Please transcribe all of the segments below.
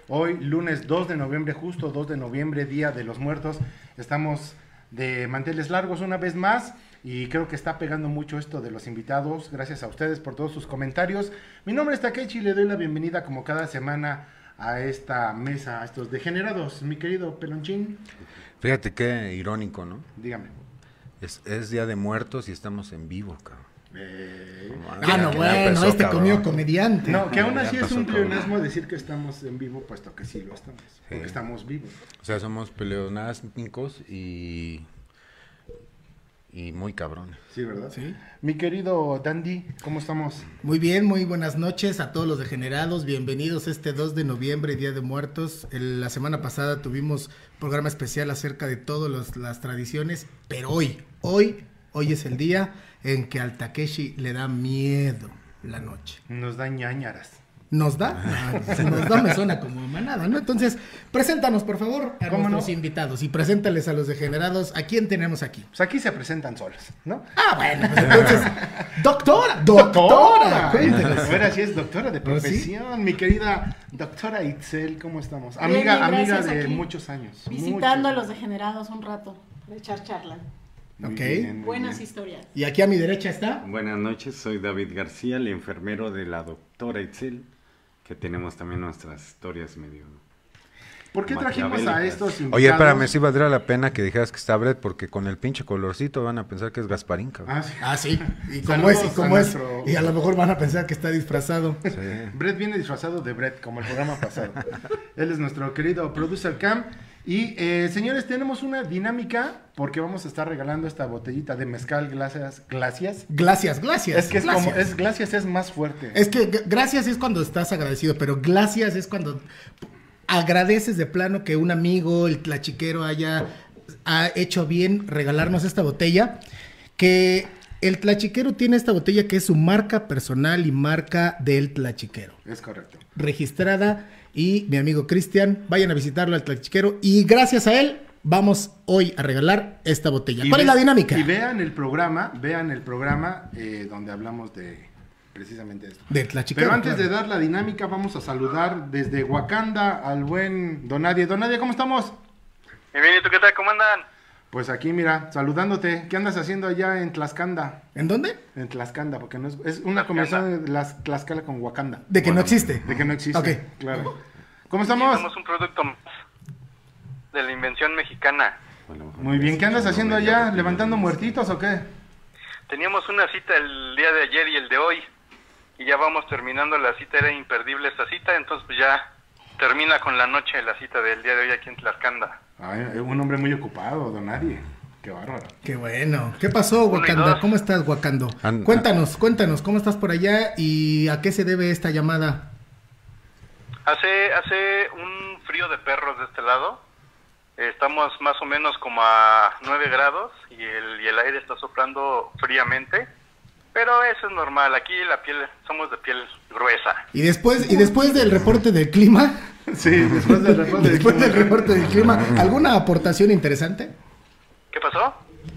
Hoy, lunes 2 de noviembre, justo 2 de noviembre, Día de los Muertos. Estamos de manteles largos una vez más y creo que está pegando mucho esto de los invitados. Gracias a ustedes por todos sus comentarios. Mi nombre es Takechi y le doy la bienvenida como cada semana a esta mesa, a estos degenerados. Mi querido Pelonchín. Fíjate qué irónico, ¿no? Dígame. Es Día de Muertos y estamos en vivo, cabrón. No, bueno, este comió comediante. No, que aún así es un cabrón. pleonasmo decir que estamos en vivo, puesto que sí lo estamos, porque estamos vivos. O sea, somos pleonásmicos y muy cabrones. Sí, ¿verdad? Sí. Mi querido Dandy, ¿cómo estamos? Muy bien, muy buenas noches a todos los degenerados. Bienvenidos este 2 de noviembre, Día de Muertos. La semana pasada tuvimos programa especial acerca de todas las tradiciones, pero hoy es el día en que al Takeshi le da miedo la noche. Nos da ñañaras. ¿Nos da? Si nos da me suena como manada, ¿no? Entonces, preséntanos, por favor, a nuestros invitados y preséntales a los degenerados. ¿A quién tenemos aquí? Pues aquí se presentan solos, ¿no? Ah, bueno, pues entonces, doctora, cuéntenos. Ahora sí es doctora de profesión, ¿sí? Mi querida doctora Itzel, ¿cómo estamos? Amiga de aquí, muchos años. Visitando a los degenerados un rato, de echar charla. Muy Ok. bien, muy Buenas bien. historias. Y aquí a mi derecha está. Buenas noches, soy David García, el enfermero de la doctora Itzel, que tenemos también nuestras historias medio... ¿Por qué trajimos a maquiavélicas. estos invitados? Oye, espérame, sí valdría la pena que dijeras que está Brett, porque con el pinche colorcito van a pensar que es Gasparín, cabrón. Sí. Y Saludos como a es, nuestro- y a lo mejor van a pensar que está disfrazado. Sí. Brett viene disfrazado de Brett, como el programa pasado. Él es nuestro querido producer Cam. Y señores, tenemos una dinámica porque vamos a estar regalando esta botellita de mezcal glacias. Gracias. Es que es gracias. como, glacias es más fuerte. Es que gracias es cuando estás agradecido, pero glacias es cuando agradeces de plano que un amigo, el tlachiquero, ha hecho bien regalarnos esta botella. Que el tlachiquero tiene esta botella que es su marca personal y marca del tlachiquero. Es correcto. Registrada. Y mi amigo Cristian, vayan a visitarlo al tlachiquero. Y gracias a él, vamos hoy a regalar esta botella. ¿Cuál es la dinámica? Y vean el programa donde hablamos de precisamente esto. Del tlachiquero. Pero antes claro. de dar la dinámica, vamos a saludar desde Wakanda al buen Donadie. Donadie, ¿cómo estamos? Muy bien, ¿y tú qué tal? ¿Cómo andan? Pues aquí, mira, saludándote. ¿Qué andas haciendo allá en Tlaxcanda? ¿En dónde? En Tlaxcanda, porque no es una combinación de Tlaxcala con Wakanda. De que no existe. De que no existe. Ok. Claro. ¿Cómo Sí, estamos? somos un producto más de la invención mexicana. Muy bien. ¿Qué andas haciendo allá? ¿Levantando muertitos o qué? Teníamos una cita el día de ayer y el de hoy, y ya vamos terminando la cita, era imperdible esta cita, entonces pues ya termina con la noche la cita del día de hoy aquí en Tlaxcanda. Ay, un hombre muy ocupado, Donadie. Qué bárbaro. Qué bueno. ¿Qué pasó, Uno y Wakanda? dos. ¿Cómo estás, Wakando? Cuéntanos, ¿cómo estás por allá y a qué se debe esta llamada? Hace un frío de perros de este lado, estamos más o menos como a 9 grados y el aire está soplando fríamente, pero eso es normal, aquí somos de piel gruesa. Y después del reporte del clima, Sí, después del reporte. después del reporte del clima, ¿alguna aportación interesante? ¿Qué pasó?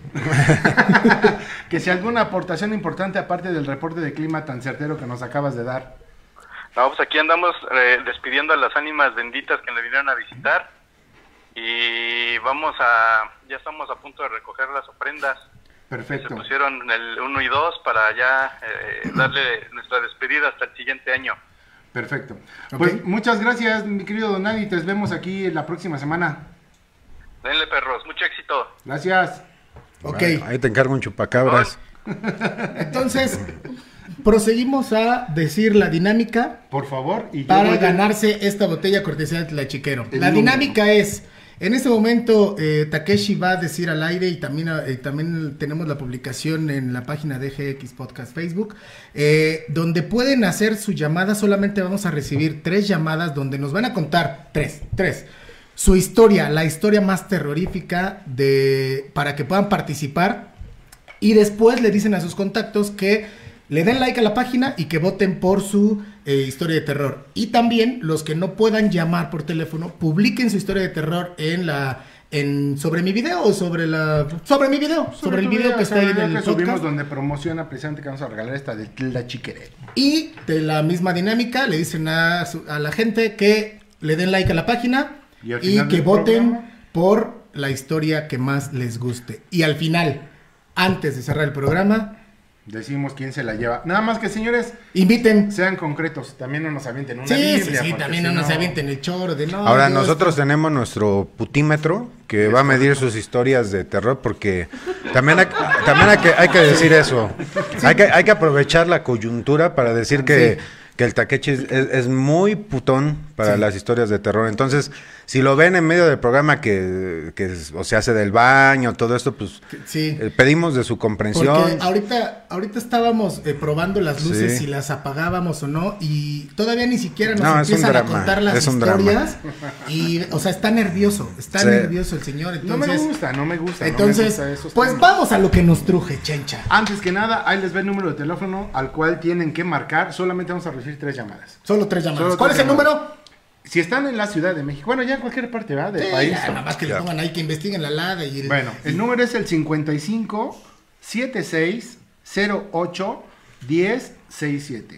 Que si alguna aportación importante aparte del reporte de clima tan certero que nos acabas de dar. No, pues aquí andamos despidiendo a las ánimas benditas que nos vinieron a visitar y ya estamos a punto de recoger las ofrendas. Perfecto. Se pusieron el 1 y 2 para ya darle nuestra despedida hasta el siguiente año. Perfecto. Ok. Pues muchas gracias, mi querido Donadi. Te vemos aquí la próxima semana. Denle, perros, mucho éxito. Gracias. Ok, Bueno, ahí te encargo un chupacabras. entonces proseguimos a decir la dinámica Por favor. Y yo para voy a- ganarse esta botella cortesía de Tlachiquero. El La número. dinámica es, en este momento Takeshi va a decir al aire y también tenemos la publicación en la página de GX Podcast Facebook, donde pueden hacer su llamada. Solamente vamos a recibir 3 llamadas donde nos van a contar tres, su historia, la historia más terrorífica para que puedan participar, y después le dicen a sus contactos que le den like a la página y que voten por su historia de terror. Y también los que no puedan llamar por teléfono, publiquen su historia de terror sobre mi video o sobre mi video, sobre el video que está ahí en el que subimos, podcast. donde promociona precisamente que vamos a regalar esta de Tlachiquere. Y de la misma dinámica le dicen a la gente que le den like a la página Y al y final que del voten programa, por la historia que más les guste. Y al final, antes de cerrar el programa, decimos quién se la lleva. Nada más que, señores, inviten. sean concretos. También no nos avienten una Sí, Biblia. sí, porque también si no nos avienten el choro de no. Ahora, Dios, nosotros tenemos nuestro putímetro que va a medir sus historias de terror porque también hay que decir eso. Hay que aprovechar la coyuntura para decir que el Takechi es muy putón para las historias de terror. Entonces, si lo ven en medio del programa que o se hace del baño, todo esto, pues Sí. Pedimos de su comprensión. Porque ahorita estábamos probando las luces, Sí. si las apagábamos o no, y todavía ni siquiera nos No, es un empiezan a drama, contar las es un historias. Y, o sea, está nervioso Sí. nervioso el señor. No me Entonces, gusta, no me gusta. entonces no me gusta esos pues temas. vamos a lo que nos truje, Chencha. Antes que nada, ahí les ve el número de teléfono al cual tienen que marcar. Solamente vamos a recibir 3 llamadas. Solo 3 llamadas. Solo ¿Cuál es tres el llamadas. número? Si están en la Ciudad de México, bueno, ya en cualquier parte, ¿verdad? Del Sí, país. ya, nada más que le pongan ahí que investiguen la LADA y el... Bueno, el número es el 55 76 08 10 67.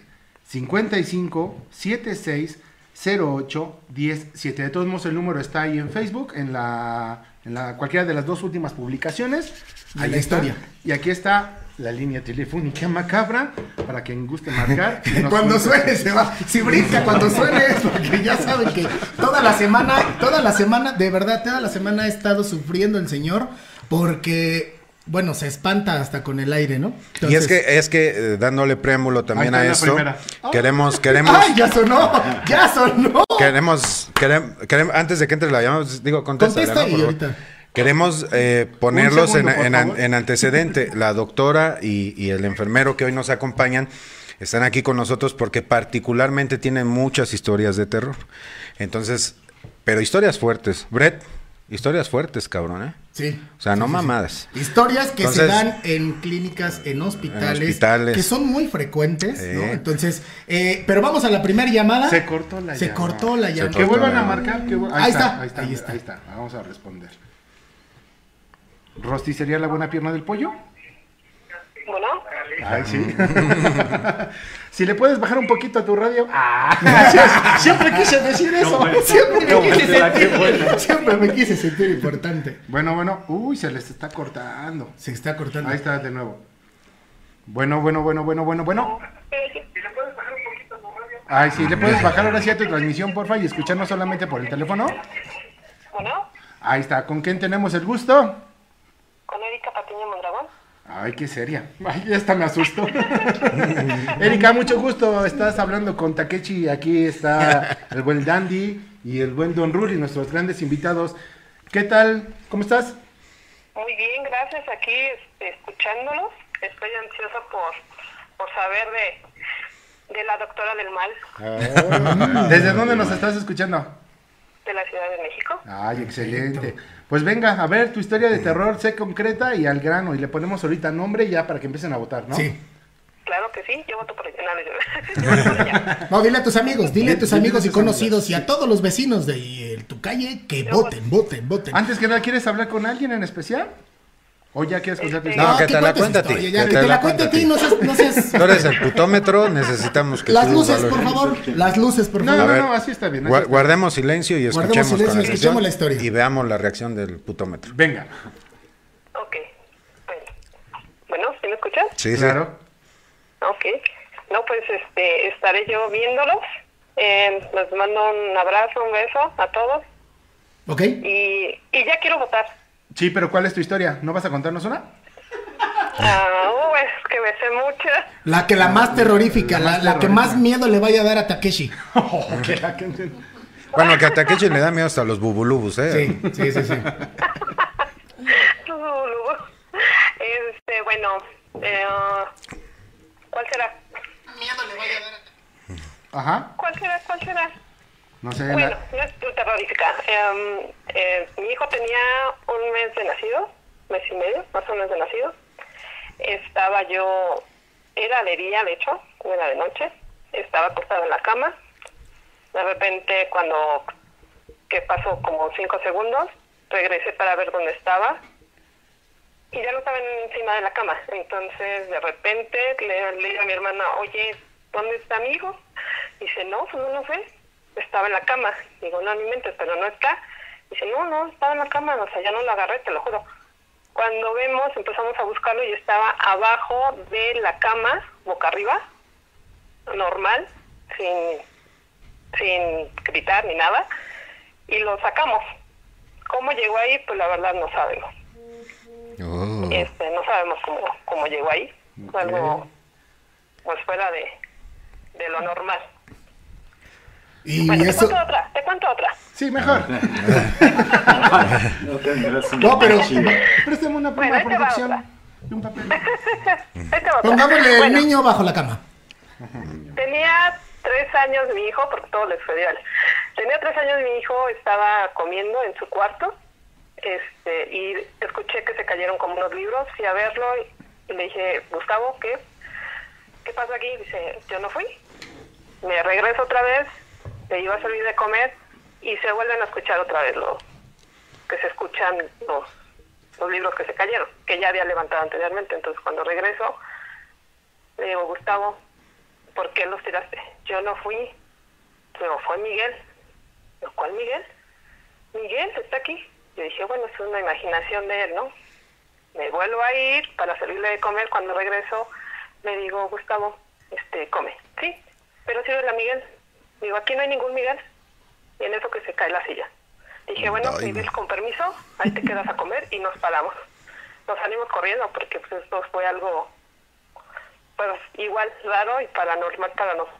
55 76 08 10 7. De todos modos, el número está ahí en Facebook, en cualquiera de las dos últimas publicaciones. De Ahí la está. historia. Y aquí está la línea telefónica macabra para quien guste marcar. y nos Cuando cuente. suene se va, si brinca cuando suene es porque ya saben que toda la semana, de verdad, toda la semana ha estado sufriendo el señor porque, bueno, se espanta hasta con el aire, ¿no? Y Entonces- es que dándole preámbulo también Ahí a está la esto, primera. queremos ¡Ay, ya sonó! queremos antes de que entre la llamada, digo, contéstale, Contesta ¿no? y Por favor. ahorita. Queremos ponerlos segundo, por favor. en antecedente. La doctora y el enfermero que hoy nos acompañan están aquí con nosotros porque particularmente tienen muchas historias de terror. Entonces, pero historias fuertes. Brett, historias fuertes, cabrón, ¿eh? Sí. O sea, no Sí, sí, sí. mamadas. Historias que se Entonces, dan en clínicas, en hospitales, que son muy frecuentes, ¿no? Entonces, pero vamos a la primera llamada. Se cortó la Se llamada. cortó la llamada. Que vuelvan a marcar. Ahí está. Ahí está. Vamos a responder. ¿Rosti sería la buena pierna del pollo? Bueno, Ay, sí. Si le puedes bajar un poquito a tu radio. Ah, siempre quise decir eso. Siempre me quise sentir importante. Bueno. Uy, se les está cortando. Se está cortando. Ahí está de nuevo. Bueno. Ay, sí, le puedes bajar ahora sí a tu transmisión, porfa, y escucharnos solamente por el teléfono. bueno, Ahí está. ¿Con quién tenemos el gusto? con Erika Patiño Mondragón. Ay, qué seria. Ay, esta me asustó. Erika, mucho gusto. Estás hablando con Takechi. Aquí está el buen Dandy y el buen Don Ruri, nuestros grandes invitados. ¿Qué tal? ¿Cómo estás? Muy bien, gracias. Aquí escuchándolos. Estoy ansiosa por saber de la doctora del mal ¿Desde dónde nos estás escuchando? de la Ciudad de México. Ay, excelente. Pues venga, a ver, tu historia de terror, sé concreta y al grano. Y le ponemos ahorita nombre ya para que empiecen a votar, ¿no? Sí. Claro que sí, yo voto por ella. Yo voto por ella. No, dile a tus amigos, Dile a y tus conocidos amigos, y a todos los vecinos de tu calle que voten. Antes que nada, ¿quieres hablar con alguien en especial? ¿O ya quieres contar tu No, historia? No, que te la cuentes cuente a ti. historia, ya, que te la cuente a ti, no seas... Tú eres el putómetro, necesitamos que Las tú luces, por valores. favor, las luces, por No, favor. A ver, así está bien. así está bien. Guardemos silencio y Guardemos escuchemos silencio con y escuchemos atención la historia. y veamos la reacción del putómetro. Venga. Ok. Bueno, ¿sí me escuchas? Sí, Claro. Ok. No, pues estaré yo viéndolos. Les mando un abrazo, un beso a todos. ¿Ok? Y ya quiero votar. Sí, pero ¿cuál es tu historia? ¿No vas a contarnos una? Es que me sé muchas. La más terrorífica, la que más miedo le vaya a dar a Takeshi. Bueno, que a Takechi le da miedo hasta los bubulubus, ¿eh? Sí. Bueno, ¿cuál será? Ajá. ¿Cuál será? No sé. Bueno, no es terrorífica. Mi hijo tenía un mes de nacido, mes y medio, más o menos de nacido. Estaba yo, era de día, de hecho, no era de noche. Estaba acostada en la cama. De repente, que pasó como 5 segundos, regresé para ver dónde estaba. Y ya no estaba encima de la cama. Entonces, de repente, le digo a mi hermana, oye, ¿dónde está mi hijo? Dice, no, pues no lo sé. estaba en la cama. Digo, no, ni mentes, pero no está. Dice, no, estaba en la cama, o sea, ya no lo agarré, te lo juro. Cuando vemos, empezamos a buscarlo y estaba abajo de la cama, boca arriba, normal, sin gritar ni nada, y lo sacamos. ¿Cómo llegó ahí? Pues la verdad no sabemos. Oh. No sabemos cómo llegó ahí. Fue algo pues fuera de lo normal. Y Bueno, eso... te cuento otra. Sí, mejor. No tendrás un No, pero- chido. Préstame una Bueno, pluma, ahí te va producción. otra. Y un papel. Ahí te va otra. Pongámosle el Bueno, niño bajo la cama. tenía 3 años mi hijo, porque todo le sucedió a él. Tenía 3 años mi hijo, estaba comiendo en su cuarto, y escuché que se cayeron como unos libros, fui a verlo y le dije, Gustavo, ¿qué pasa aquí? Dice, yo no fui. Me regreso otra vez, le iba a servir de comer y se vuelven a escuchar otra vez que se escuchan los libros que se cayeron, que ya había levantado anteriormente. Entonces cuando regreso, le digo, Gustavo, ¿por qué los tiraste? Yo no fui. Pero fue Miguel. Digo, ¿cuál Miguel? Miguel está aquí. Yo dije, bueno, es una imaginación de él, ¿no? Me vuelvo a ir para servirle de comer. Cuando regreso, le digo, Gustavo, come. Sí, pero sirve a Miguel. Digo, aquí no hay ningún Miguel. Y en eso que se cae la silla. Dije, bueno, Ay, Miguel, no. con permiso, ahí te quedas a comer y nos paramos. Nos salimos corriendo porque pues esto fue algo pues igual raro y paranormal para nosotros.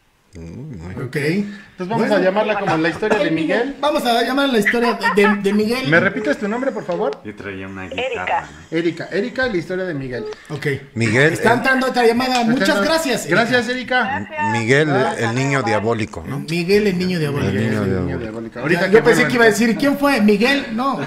Ok. Entonces vamos Bueno, a llamarla como la historia de Miguel. Vamos a llamar la historia de Miguel. ¿Me repites tu nombre, por favor? Yo traía una Erika. guitarra. Erika, la historia de Miguel. Ok. Miguel, Está entrando otra llamada. Muchas gracias. Gracias, Erika. Miguel, el niño diabólico, ¿no? Miguel, el niño diabólico. El niño El diabólico. niño diabólico. Ahorita Ahorita yo pensé que iba a decir, ¿quién fue? ¿Miguel? No.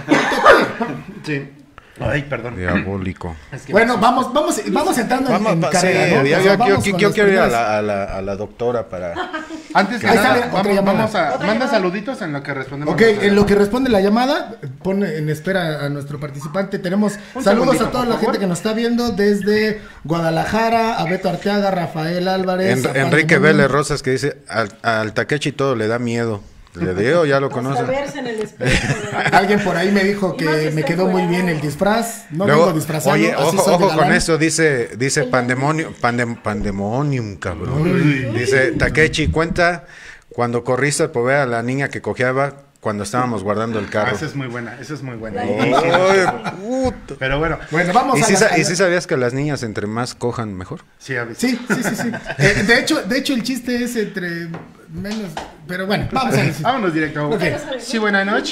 Sí. Ay, perdón. Diabólico. Es que Bueno, vamos entrando en Sí, carrera, ¿no? yo O sea, vamos yo con quiero los ir primeros. a la doctora para... antes que Ahí nada, sale otra llamada. vamos a... Manda saluditos en lo que respondemos. Ok, en lo que responde la llamada, pone en espera a nuestro participante. Tenemos Un saludos segundito, a toda por la favor. gente que nos está viendo desde Guadalajara, a Beto Arteaga, Rafael Álvarez. a Enrique Pandemonium. Vélez Rosas que dice, al Takechi todo le da miedo. Le digo, ya lo Hasta conoce. verse en el espejo. Alguien por ahí me dijo Y más que si me está quedó muy bien encuerado. el disfraz. No Luego, vengo disfrazado. oye, así ojo, soy de ojo con galán. eso, dice Pandemonium, cabrón. Dice, Takechi, cuenta cuando corriste por ver a la niña que cojeaba cuando estábamos guardando el Ah, carro. esa es muy buena, esa es muy buena. Ay, puta. Pero bueno, Bueno, vamos ¿Y a si, la- ¿Y si sabías que las niñas entre más cojan mejor? sí, a veces. Sí. De hecho, el chiste es entre menos. Pero bueno, vamos a decir. Vámonos directo. Ok. Sí, buenas noches.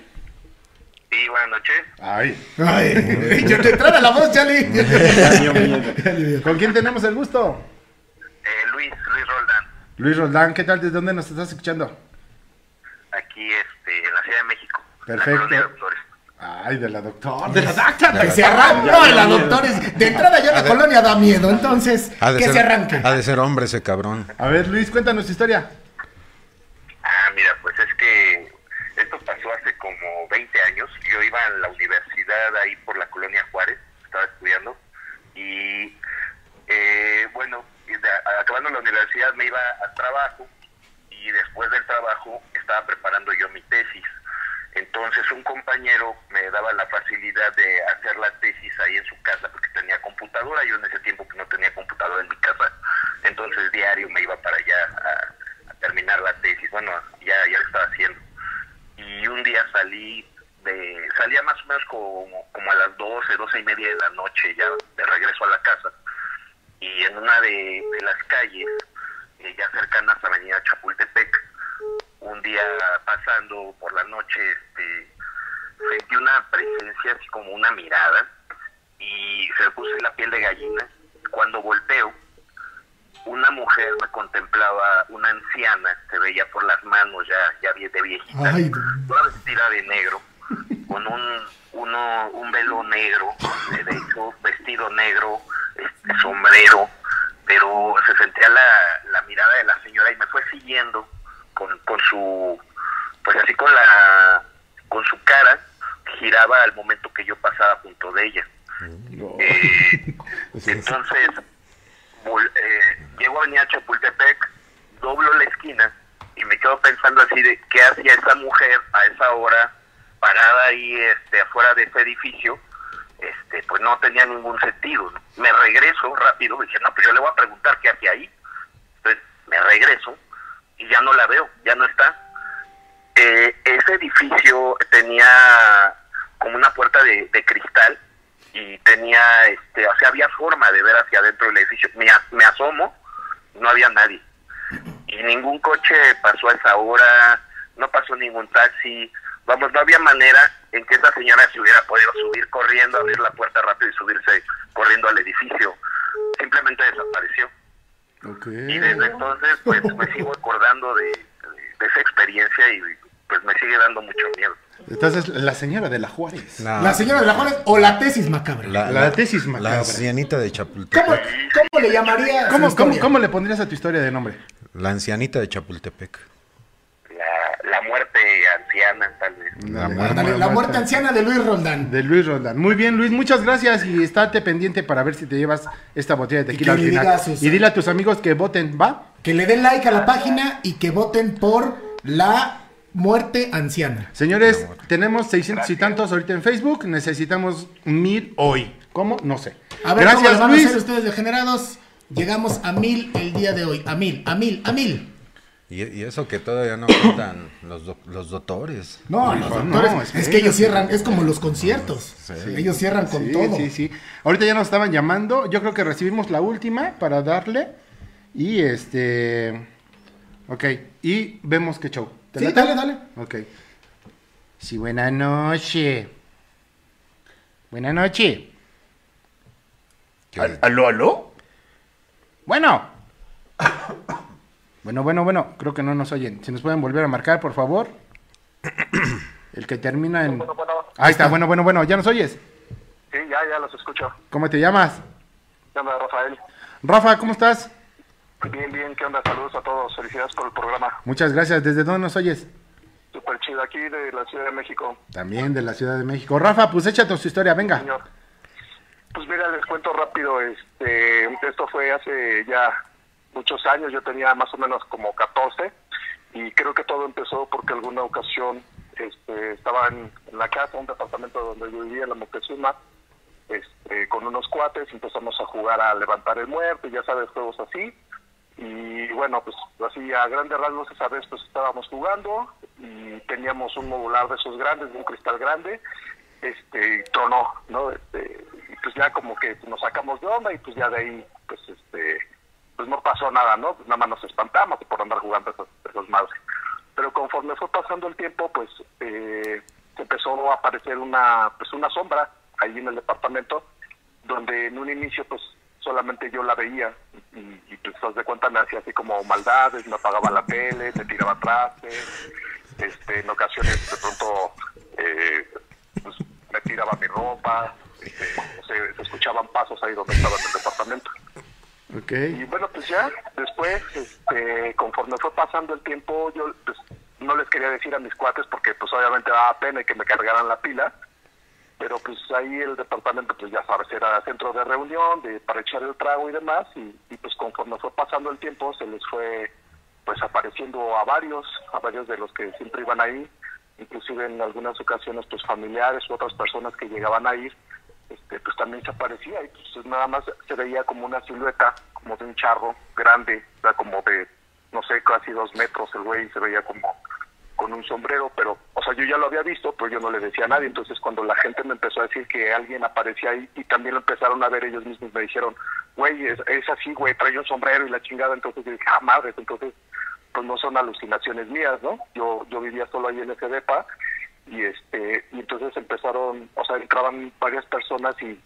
Sí, buenas noches. Ay, Ay, yo te entrara la voz, Charlie. ¿con quién tenemos el gusto? Luis Roldán, Luis Roldán, ¿qué tal? ¿De dónde nos estás escuchando? aquí en la Ciudad de México. Perfecto. La colonia Doctores. Ay, de la doctora. De la doctora. Que se arranque. No, la doctores. De entrada ya la colonia da miedo. Entonces, que se arranque. Ha de ser hombre ese cabrón. A ver, Luis, cuéntanos tu historia. Mira, pues es que esto pasó hace como 20 años. Yo iba a la universidad ahí por la colonia Juárez, estaba estudiando. Y acabando la universidad me iba al trabajo. Y después del trabajo estaba preparando yo mi tesis. Entonces un compañero me daba la facilidad de hacer la tesis ahí en su casa porque tenía computadora. Yo en ese tiempo no tenía computadora en mi casa. Entonces diario me iba para allá a terminar la tesis. Bueno, ya lo estaba haciendo. Y un día salía más o menos como a las 12:30 de la noche ya de regreso a la casa. Y en una de las calles, ya cercanas a Avenida Chapultepec, un día pasando por la noche, sentí una presencia, así como una mirada, y se me puso la piel de gallina. Cuando volteo, una mujer me contemplaba, una anciana, se veía por las manos ya de viejita, Ay, toda vestida de negro, con un velo negro, de hecho, vestido negro, sombrero, pero se sentía la mirada de la señora y me fue siguiendo con su, pues así con su cara, giraba al momento que yo pasaba junto de ella. Entonces, llego a Avenida Chapultepec, doblo la esquina y y me quedo pensando así de qué hacía esa mujer a esa hora parada ahí afuera de ese edificio. Pues no tenía ningún sentido, ¿no? Me regreso rápido, dije, no, pues yo le voy a preguntar qué hacía ahí. Entonces me regreso y ya no la veo, ya no está. Ese edificio tenía como una puerta de cristal y tenía, o sea, había forma de ver hacia adentro del edificio. Me asomo, no había nadie. Y ningún coche pasó a esa hora, no pasó ningún taxi. Vamos, no había manera en que esa señora se hubiera podido subir corriendo, abrir la puerta rápido y subirse corriendo al edificio. Simplemente desapareció. Okay. Y desde entonces, pues me sigo acordando de esa experiencia y pues me sigue dando mucho miedo. Entonces, la señora de la Juárez. La señora de la Juárez o la tesis macabra. La tesis macabra. La ancianita de Chapultepec. ¿Cómo le llamaría? ¿Cómo le pondrías a tu historia de nombre? La ancianita de Chapultepec. La muerte anciana, tal vez. La muerte anciana de Luis Roldán. De Luis Roldán. Muy bien, Luis, muchas gracias y estate pendiente para ver si te llevas esta botella de tequila al final. Y dile a tus amigos que voten, ¿va? Que le den like a la página y que voten por la muerte anciana. Señores, tenemos 600 y tantos ahorita en Facebook, necesitamos 1000 hoy. ¿Cómo? No sé. A ver, gracias, ¿cómo le van Luis. a hacer ustedes degenerados? Llegamos a 1000 el día de hoy. A mil. Y eso que todavía no cuentan los doctores. No, los doctores, es que ellos cierran, es como los conciertos. Sí. Ellos cierran con todo. Sí. Ahorita ya nos estaban llamando. Yo creo que recibimos la última para darle. Y ok. Y vemos qué show. Sí, dale. Ok. Sí, buena noche. Buena noche. ¿Aló? Bueno. Bueno, creo que no nos oyen. Si nos pueden volver a marcar, por favor. El que termina en... Ahí está, bueno, ¿ya nos oyes? Sí, ya los escucho. ¿Cómo te llamas? ¿Qué onda, Rafael? Rafa, ¿cómo estás? Bien, ¿qué onda? Saludos a todos, felicidades por el programa. Muchas gracias. ¿Desde dónde nos oyes? Súper chido, aquí de la Ciudad de México. También de la Ciudad de México. Rafa, pues échate tu historia, venga. Señor. Pues mira, les cuento rápido, esto fue hace ya muchos años, yo tenía más o menos como 14 y creo que todo empezó porque alguna ocasión estaba en la casa, un departamento donde yo vivía en la Moctezuma, con unos cuates, empezamos a jugar a levantar el muerto, ya sabes, juegos así, y bueno, pues así a grandes rasgos esa vez pues estábamos jugando y teníamos un modular de esos grandes, de un cristal grande, y tronó, ¿no? Y pues ya como que nos sacamos de onda y pues ya de ahí pues pues no pasó nada, ¿no? Pues nada más nos espantamos por andar jugando esos madres. Pero conforme fue pasando el tiempo, pues empezó a aparecer una sombra ahí en el departamento, donde en un inicio pues solamente yo la veía y pues haz de cuenta me hacía así como maldades, me apagaba la tele, me tiraba trastes, en ocasiones de pronto pues me tiraba mi ropa, se escuchaban pasos ahí donde estaba en el departamento. Okay. Y bueno, pues ya después, conforme fue pasando el tiempo, yo pues, no les quería decir a mis cuates porque pues obviamente daba pena que me cargaran la pila, pero pues ahí el departamento, pues ya sabes, era centro de reunión, para echar el trago y demás, y pues conforme fue pasando el tiempo se les fue pues apareciendo a varios de los que siempre iban ahí, inclusive en algunas ocasiones pues familiares u otras personas que llegaban a ir, pues también se aparecía y pues nada más se veía como una silueta, como de un charro grande, o sea, como de, no sé, casi 2 metros el güey, se veía como con un sombrero, pero, o sea, yo ya lo había visto, pero yo no le decía a nadie, entonces cuando la gente me empezó a decir que alguien aparecía ahí y también lo empezaron a ver ellos mismos, me dijeron, güey, es así, güey, trae un sombrero y la chingada, entonces yo dije, madres, entonces, pues no son alucinaciones mías, ¿no? Yo vivía solo ahí en ese depa, y entonces empezaron, o sea, entraban varias personas y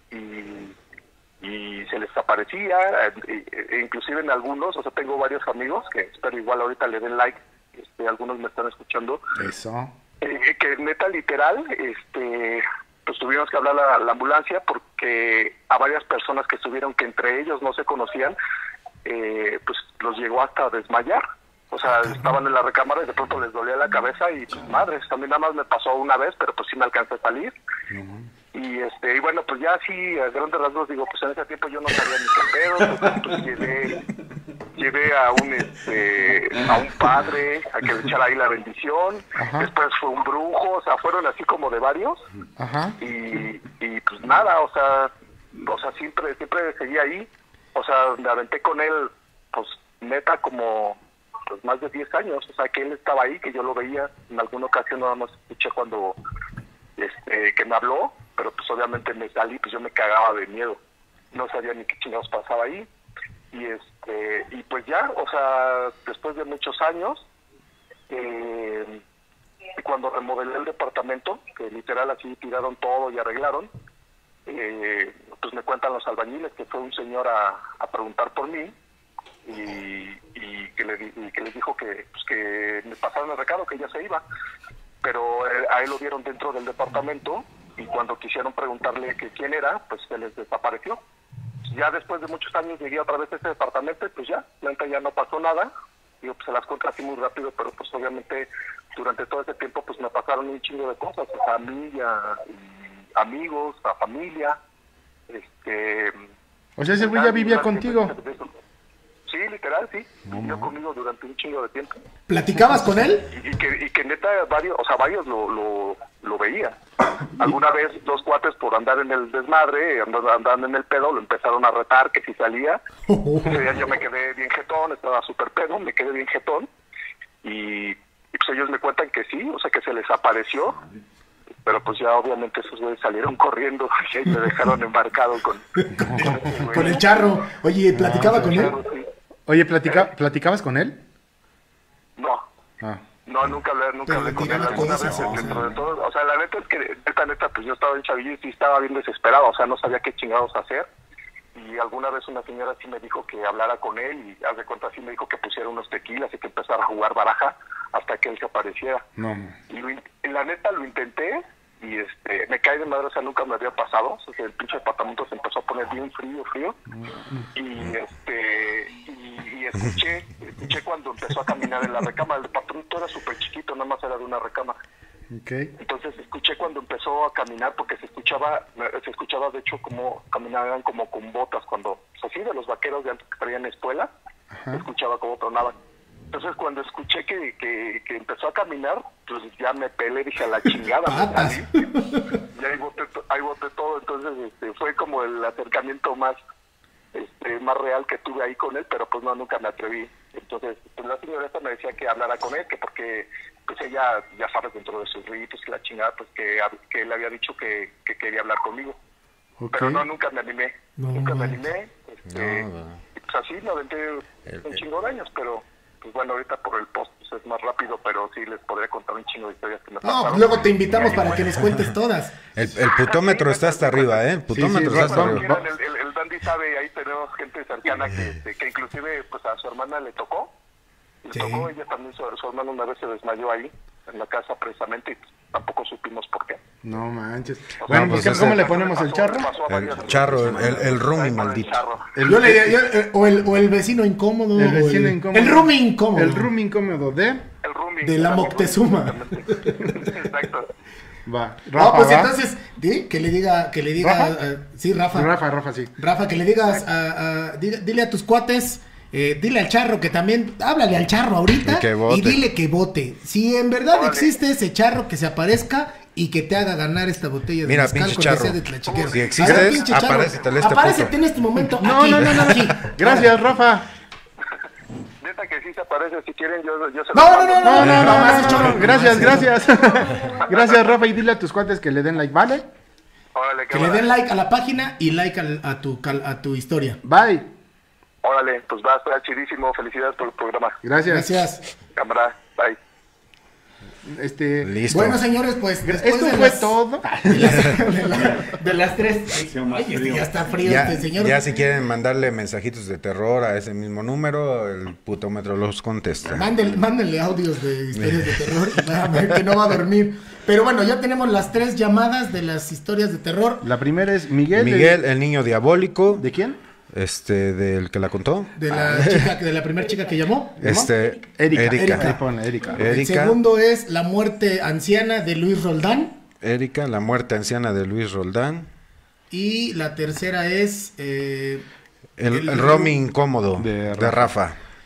se les aparecía, e inclusive en algunos, o sea, tengo varios amigos que espero igual ahorita le den like, algunos me están escuchando. Eso. Que neta literal, pues tuvimos que hablar a la ambulancia porque a varias personas que estuvieron, que entre ellos no se conocían, pues los llegó hasta desmayar. O sea, estaban en la recámara y de pronto les dolía la cabeza y pues madres, también nada más me pasó una vez, pero pues sí me alcancé a salir. Y bueno, pues ya así a grandes rasgos digo, pues en ese tiempo yo no sabía ni qué pedo, pues llevé a un padre a que le echara ahí la bendición. Ajá. Después fue un brujo, o sea, fueron así como de varios. Ajá. Y pues nada, o sea, siempre seguía ahí. O sea, me aventé con él, pues neta como pues más de 10 años. O sea, que él estaba ahí, que yo lo veía. En alguna ocasión nada más escuché cuando que me habló, pero pues obviamente me salí, pues yo me cagaba de miedo. No sabía ni qué chingados pasaba ahí. Y pues ya, o sea, después de muchos años, cuando remodelé el departamento, que literal así tiraron todo y arreglaron, pues me cuentan los albañiles que fue un señor a preguntar por mí y que les dijo que me pasaron el recado, que ya se iba, pero a él lo vieron dentro del departamento y cuando quisieron preguntarle que quién era, pues se les desapareció. Ya después de muchos años llegué otra vez a ese departamento y pues ya no pasó nada. Digo, pues se las cuento así muy rápido, pero pues obviamente durante todo ese tiempo pues me pasaron un chingo de cosas, o sea, a mí, a amigos, a familia. O sea, ese güey ya vivía contigo. Sí, literal, sí. Vivió conmigo durante un chingo de tiempo. ¿Platicabas con él? Y que neta varios lo veían. Alguna vez 2 cuates por andar en el desmadre, andando en el pedo, lo empezaron a retar que si salía. Ese día yo me quedé bien jetón, estaba súper pedo, me quedé bien jetón. Y pues ellos me cuentan que sí, o sea que se les apareció. Pero pues ya obviamente esos güeyes salieron corriendo y ahí me dejaron embarcado con el charro. Oye, ¿platicaba con él? Sí. Oye, ¿platicabas con él? No. Ah. No, nunca hablé con él. Alguna vez dentro de todo. O sea, la neta es que, neta, pues yo estaba en chavillo y estaba bien desesperado. O sea, no sabía qué chingados hacer. Y alguna vez una señora sí me dijo que hablara con él y haz de cuenta sí me dijo que pusiera unos tequilas y que empezara a jugar baraja hasta que él se apareciera. No. Y la neta lo intenté y me caí de madre, o sea, nunca me había pasado. O sea, el pinche departamento se empezó a poner bien frío. Y escuché cuando empezó a caminar en la recámara. El departamento era súper chiquito, nada más era de una recámara. Okay. Entonces escuché cuando empezó a caminar, porque se escuchaba de hecho como caminaban como con botas, cuando, así de los vaqueros de antes que traían espuela, se escuchaba como tronaban. Entonces cuando escuché que empezó a caminar, pues ya me pelé, dije a la chingada, me salí, y ahí boté todo. Entonces fue como el acercamiento más real que tuve ahí con él, pero pues no, nunca me atreví. Entonces pues la señora esta me decía que hablara con él, que porque pues ella, ya sabes, dentro de sus ritos y la chingada, pues que él había dicho que quería hablar conmigo. Okay. Pero no, nunca me animé. Nunca me animé. Y pues así me aventé un chingo de años, pero pues bueno, ahorita por el post pues, es más rápido, pero sí les podría contar un chingo de historias que me pasaron. No, luego te invitamos para que nos cuentes todas. El putómetro está hasta arriba, ¿eh? El putómetro está hasta arriba. El Dandy sabe, ahí tenemos gente cercana que inclusive pues a su hermana le tocó. Ella también, su hermano una vez se desmayó ahí, en la casa precisamente, y tampoco supimos por qué. No manches. Bueno, pues ¿cómo le ponemos el charro? El charro, el roomie maldito. O el vecino incómodo. El vecino incómodo. El roomie incómodo. El roomie incómodo de la Moctezuma. Exacto. Va. Rafa, pues entonces, que le diga, ¿Rafa? Sí, Rafa, sí. Rafa, que le digas, dile a tus cuates, dile al charro que también, háblale al charro ahorita y dile que vote. Si en verdad existe ese charro, que se aparezca y que te haga ganar esta botella de mezcal con charro. de Tlachiquero. Si existes, apárece en este momento. No. Aquí. Gracias, Rafa. Neta que sí se aparece, si quieren yo se No. Gracias. Gracias, Rafa, y dile a tus cuates que le den like, ¿vale? Órale, que le den like a la página y like a tu historia. Bye. Órale, pues va a estar chidísimo. Felicidades por el programa. Gracias. Cámara, bye. Listo. Bueno, señores, pues esto fue todo. De las 3. Ay, ya está frío señor. Ya si quieren mandarle mensajitos de terror a ese mismo número, el putómetro los contesta. Mándenle audios de historias de terror y van a ver que no va a dormir. Pero bueno, ya tenemos las 3 llamadas de las historias de terror. La primera es Miguel. Miguel, el niño diabólico. ¿De quién? Del que la contó. De la primera chica que llamó. Erika. El segundo es La muerte anciana de Luis Roldán. Erika, La muerte anciana de Luis Roldán. Y la tercera es el roaming incómodo de Rafa.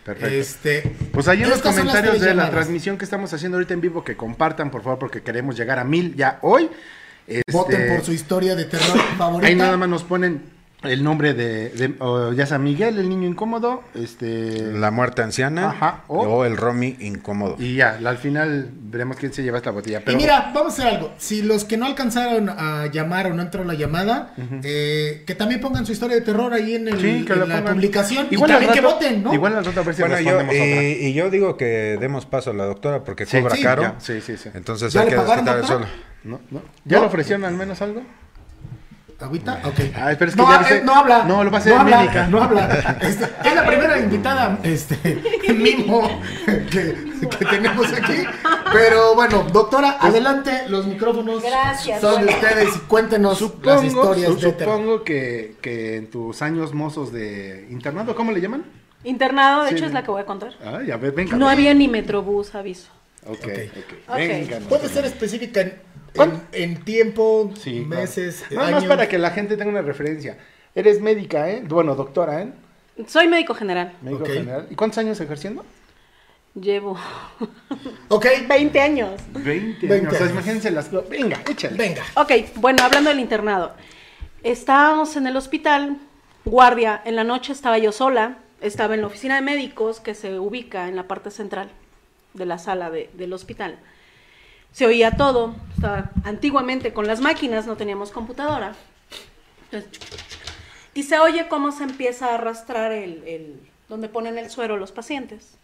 Perfecto. Pues ahí en los estas son las comentarios 3 de la llamadas. transmisión que estamos haciendo ahorita en vivo, que compartan, por favor, porque queremos llegar a 1000 ya hoy. Voten por su historia de terror favorita. Ahí nada más nos ponen el nombre ya sea Miguel, el niño incómodo, La muerte anciana. Ajá, o el Romy incómodo. y ya, al final veremos quién se lleva esta botella. Pero Y mira, vamos a hacer algo. Si los que no alcanzaron a llamar o no entró la llamada, que también pongan su historia de terror ahí en, Sí, que en lo la pongan. publicación. Igual y también al que rato- voten, ¿no? Igual al rato a ver si Bueno, respondemos otra. y yo digo que demos paso a la doctora porque Sí, cobra sí, caro. ya, sí. Entonces ¿Ya hay le que pagaron, desquitar el doctora? suelo. ¿No? ¿Ya ¿No? le ofrecieron al menos algo? ¿Agüita? Ok. Pero es que No, ya dice- no habla. No, lo va a hacer no habla, Médica. no habla. Es la primera invitada mimo que tenemos aquí. Pero bueno, doctora, adelante. Los micrófonos Gracias, son de bueno. ustedes y cuéntenos las historias de terror. Supongo que en tus años mozos de internado, ¿cómo le llaman? Internado, de Sí, hecho, es no. la que voy a contar. Ay, a ver, venga. No había ni Metrobús, aviso. Ok. Ok. Venga. ¿Puede ser específica ¿Cuál? en tiempo, Sí, meses, Nada más años? para que la gente tenga una referencia. Eres médica, ¿eh? Bueno, doctora, ¿eh? Soy médico general. Médico Ok. general. ¿Y cuántos años ejerciendo? Llevo Ok, 20 años. 20 20 años. O sea, años. imagínense las... Venga, échale. venga. Ok, bueno, hablando del internado. Estábamos en el hospital, guardia. En la noche estaba yo sola. Estaba en la oficina de médicos que se ubica en la parte central de la sala del hospital. Se oía todo. Antiguamente con las máquinas no teníamos computadora. Entonces, y se oye cómo se empieza a arrastrar donde ponen el suero los pacientes.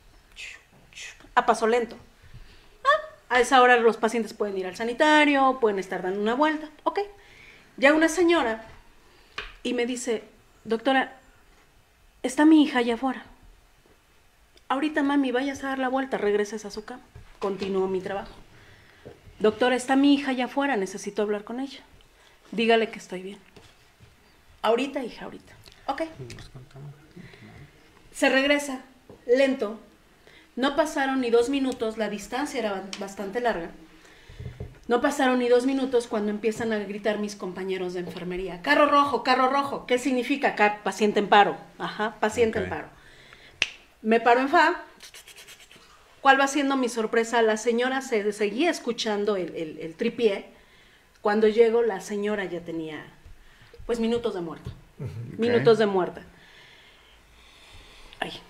A paso lento. A esa hora los pacientes pueden ir al sanitario, pueden estar dando una vuelta. Ok. Llega una señora y me dice, doctora, está mi hija allá afuera. Ahorita, mami, vayas a dar la vuelta, regreses a su cama. Continúo mi trabajo. Doctora, está mi hija allá afuera, necesito hablar con ella. Dígale que estoy bien. Ahorita, hija, ahorita. Ok. Se regresa, lento. No pasaron ni 2 minutos, la distancia era bastante larga. No pasaron ni 2 minutos cuando empiezan a gritar mis compañeros de enfermería. Carro rojo, carro rojo. ¿Qué significa acá? Paciente en paro. Ajá, paciente en paro. Me paro en fa. ¿Cuál va siendo mi sorpresa? La señora se seguía escuchando el tripié. Cuando llego, la señora ya tenía, pues, minutos de muerte. Minutos de muerte. Ay.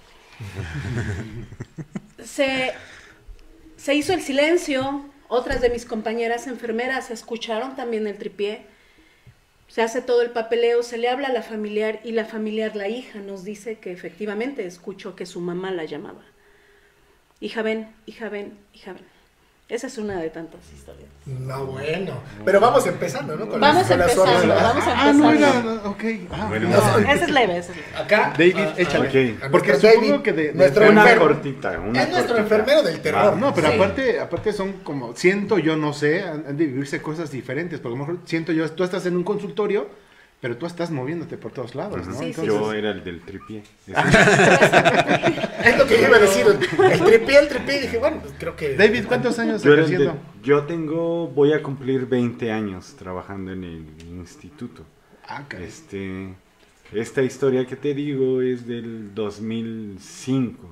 Se hizo el silencio. Otras de mis compañeras enfermeras escucharon también el tripié. Se hace todo el papeleo, se le habla a la familiar y la familiar, la hija, nos dice que efectivamente escuchó que su mamá la llamaba. Hija, ven, hija, ven, hija, ven. Esa es una de tantas historias. No, bueno. Pero vamos empezando, ¿no? Con Vamos las suaves. empezando, vamos Ah, no empezando. era... Ok. Bueno, Ese es leve, ese es leve. Acá. David, échale. Ok. Porque Nuestro supongo David, que de nuestro una enfermo. cortita, una Es nuestro cortita. enfermero del terror. No, pero Sí. aparte son como, siento yo, no sé, han de vivirse cosas diferentes, porque a lo mejor siento yo, tú estás en un consultorio, pero tú estás moviéndote por todos lados, ¿no? Sí, sí, Entonces, Yo era el del tripié. Es lo que yo iba a decir. El tripié. Dije, bueno, pues creo que. David, ¿cuántos años Yo, era el ejerciendo? voy a cumplir 20 años trabajando en el instituto. Ah, caray. Esta historia que te digo es del 2005,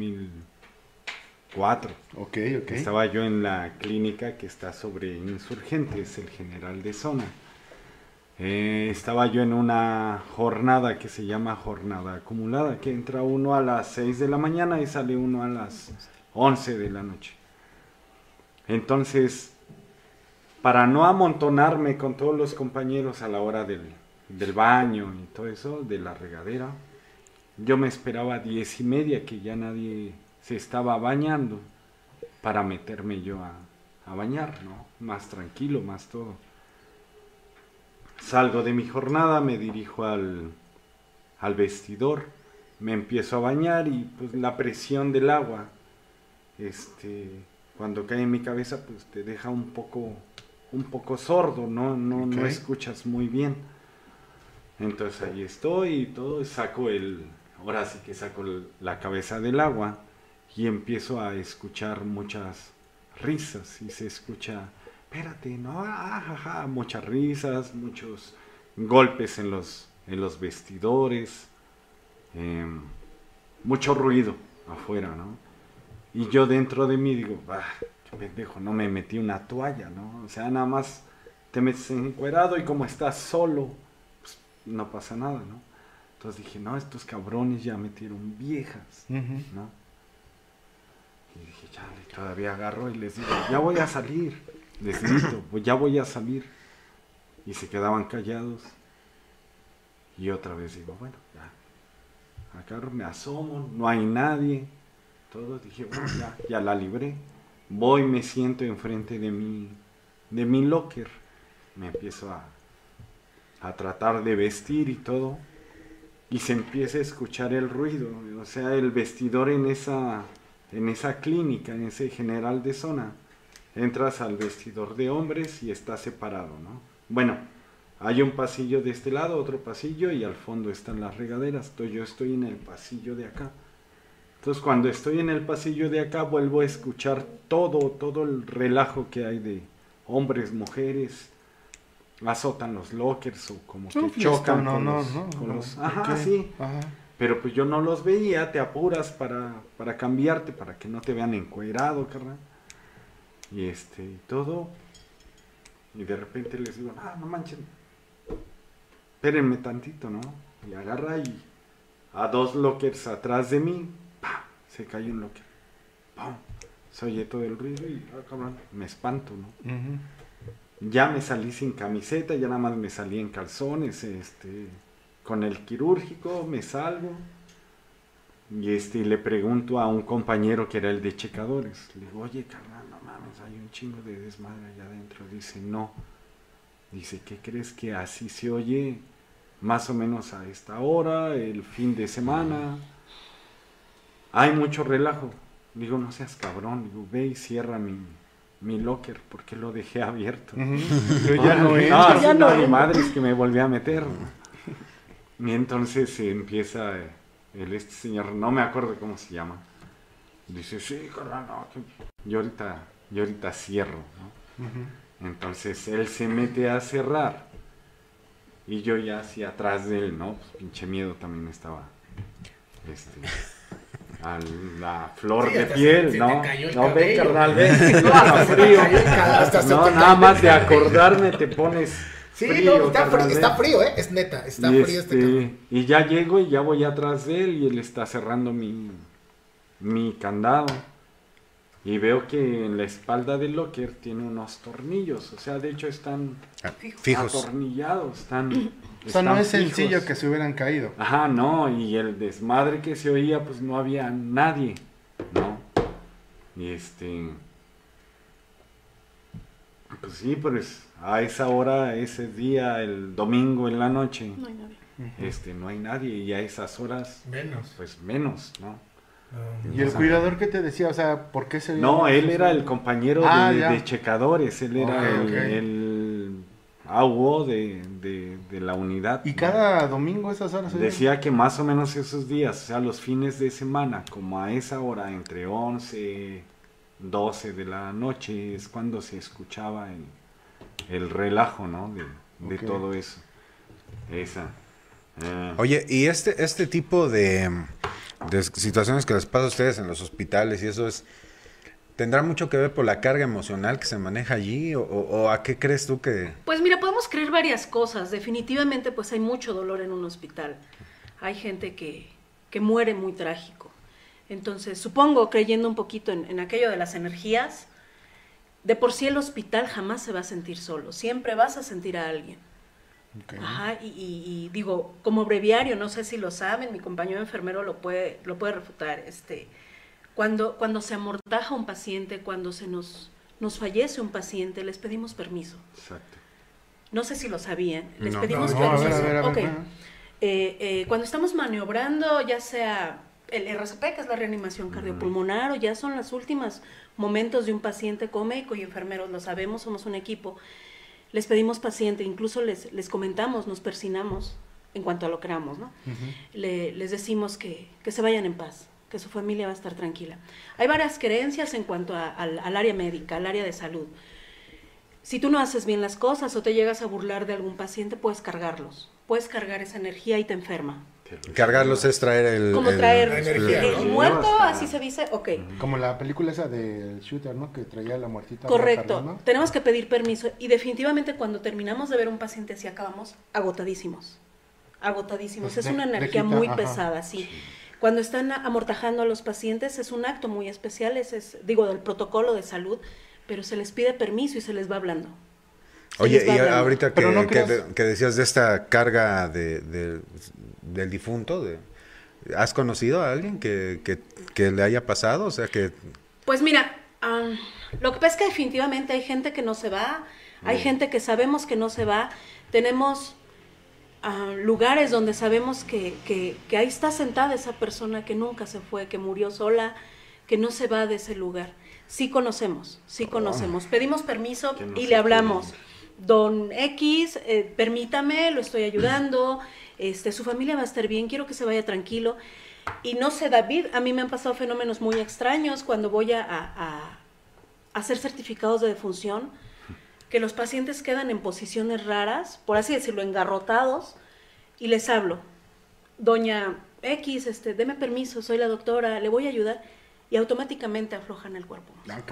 2004. Ok. Estaba yo en la clínica que está sobre Insurgentes, el General de Zona. Estaba yo en una jornada que se llama jornada acumulada, que entra uno a las 6 de la mañana y sale uno a las 11 de la noche. Entonces, para no amontonarme con todos los compañeros a la hora del baño y todo eso, de la regadera, yo me esperaba a 10:30 que ya nadie se estaba bañando para meterme yo a bañar, ¿no? Más tranquilo, más todo. Salgo de mi jornada, me dirijo al vestidor, me empiezo a bañar y pues la presión del agua, cuando cae en mi cabeza, pues te deja un poco sordo, no escuchas muy bien. Entonces ahí estoy y todo, ahora sí que saco la cabeza del agua y empiezo a escuchar muchas risas y se escucha, espérate, no, muchas risas, muchos golpes en los vestidores, mucho ruido. afuera, ¿no? Y yo dentro de mí digo, qué pendejo, no me metí una toalla, ¿no? O sea, nada más te metes encuerado y como estás solo, pues no pasa nada, ¿no? Entonces dije, no, estos cabrones ya metieron viejas, ¿no? Y dije, chale, todavía agarro y les digo, ya voy a salir, les grito, pues ya voy a salir. Y se quedaban callados. Y otra vez digo, bueno, ya. Acá me asomo, no hay nadie. Todo, dije, bueno, ya la libré. Voy, me siento enfrente de mi locker. Me empiezo a tratar de vestir y todo. Y se empieza a escuchar el ruido. O sea, el vestidor en esa clínica, en ese general de zona. Entras al vestidor de hombres y está separado, ¿no? Bueno, hay un pasillo de este lado, otro pasillo y al fondo están las regaderas. Entonces yo estoy en el pasillo de acá. Entonces cuando estoy en el pasillo de acá vuelvo a escuchar todo el relajo que hay de hombres, mujeres, azotan los lockers o como que chocan con los... Ajá, okay. Sí. Ajá. Pero pues yo no los veía, te apuras para cambiarte, para que no te vean encuerado, carnal. Y todo... Y de repente les digo, no manchen, espérenme tantito, ¿no? Y agarra y a 2 lockers atrás de mí, ¡pam! Se cae un locker. ¡Pam! Se oye todo el ruido y, cabrón, me espanto, ¿no? Ya me salí sin camiseta, ya nada más me salí en calzones, con el quirúrgico, me salgo. Y le pregunto a un compañero que era el de checadores, le digo, oye, carnal, no mames, hay un chingo de desmadre allá adentro. Dice, no. Dice, ¿qué crees que así se oye más o menos a esta hora, el fin de semana? Hay mucho relajo. Digo, no seas cabrón, digo, ve y cierra mi locker, porque lo dejé abierto. Yo ya no entro. Ya no hay madres que me volví a meter. Y entonces empieza... este señor, no me acuerdo cómo se llama, dice, sí, carnal, no, yo ahorita cierro, ¿no? Entonces él se mete a cerrar y yo ya hacia atrás de él, ¿no? Pues pinche miedo también estaba, a la flor de piel, ¿no? No, ve, carnal, ve, frío, no, nada más de acordarme te pones... Sí, frío, no, está frío, es neta, está frío y ya llego y ya voy atrás de él y él está cerrando mi candado. Y veo que en la espalda del locker tiene unos tornillos, o sea, de hecho están fijos, atornillados, están o sea, no es fijos. sencillo que se hubieran caído. Ajá, no, y el desmadre que se oía, pues no había nadie, ¿no? Y pues sí, pues a esa hora, ese día, el domingo en la noche, no hay nadie. No hay nadie, y a esas horas, pues menos, ¿no? ¿Y el cuidador qué te decía? O sea, ¿por qué se... No, él era el compañero de checadores, él era el AUO de la unidad. ¿Y cada domingo esas horas? Decía que más o menos esos días, o sea, los fines de semana, como a esa hora, entre 11, 12 de la noche, es cuando se escuchaba el relajo, ¿no? De todo eso. Oye, y este tipo de situaciones que les pasa a ustedes en los hospitales y eso ¿tendrá mucho que ver por la carga emocional que se maneja allí o a qué crees tú que...? Pues mira, podemos creer varias cosas. Definitivamente pues hay mucho dolor en un hospital. Hay gente que muere muy trágico. Entonces, supongo, creyendo un poquito en aquello de las energías, de por sí el hospital jamás se va a sentir solo. Siempre vas a sentir a alguien. Okay. Ajá, y digo, como breviario, no sé si lo saben, mi compañero enfermero lo puede refutar, cuando se amortaja un paciente, cuando se nos fallece un paciente, les pedimos permiso. Exacto. No sé si lo sabían, les pedimos permiso. A ver. Okay. Cuando estamos maniobrando, ya sea el RCP, que es la reanimación cardiopulmonar, o ya son los últimos momentos de un paciente, como médico y enfermeros, lo sabemos, somos un equipo. Les pedimos paciente, incluso les comentamos, nos persinamos en cuanto a lo creamos, ¿no? Les decimos que se vayan en paz, que su familia va a estar tranquila. Hay varias creencias en cuanto al área médica, al área de salud. Si tú no haces bien las cosas o te llegas a burlar de algún paciente, puedes cargarlos. Puedes cargar esa energía y te enferma. Cargarlos es traer el... Como traer la energía, el ¿no? muerto, así se dice, ok. Como la película esa del shooter, ¿no? Que traía la muertita. Correcto, cargando. tenemos que pedir permiso y definitivamente cuando terminamos de ver un paciente si acabamos agotadísimos, Pues es una energía muy pesada, sí. Cuando están amortajando a los pacientes es un acto muy especial, digo, del protocolo de salud, pero se les pide permiso y se les va hablando. Oye, y ahorita Pero no que decías de esta carga del difunto, ¿has conocido a alguien que le haya pasado? O sea, que... Pues mira, lo que pasa es que definitivamente hay gente que no se va, hay gente que sabemos que no se va, tenemos lugares donde sabemos que ahí está sentada esa persona que nunca se fue, que murió sola, que no se va de ese lugar. Sí conocemos. Pedimos permiso y le hablamos. Don X, permítame, lo estoy ayudando, su familia va a estar bien, quiero que se vaya tranquilo. Y no sé, David, a mí me han pasado fenómenos muy extraños cuando voy a hacer certificados de defunción, que los pacientes quedan en posiciones raras, por así decirlo, engarrotados, y les hablo. Doña X, deme permiso, soy la doctora, le voy a ayudar. Y automáticamente aflojan el cuerpo.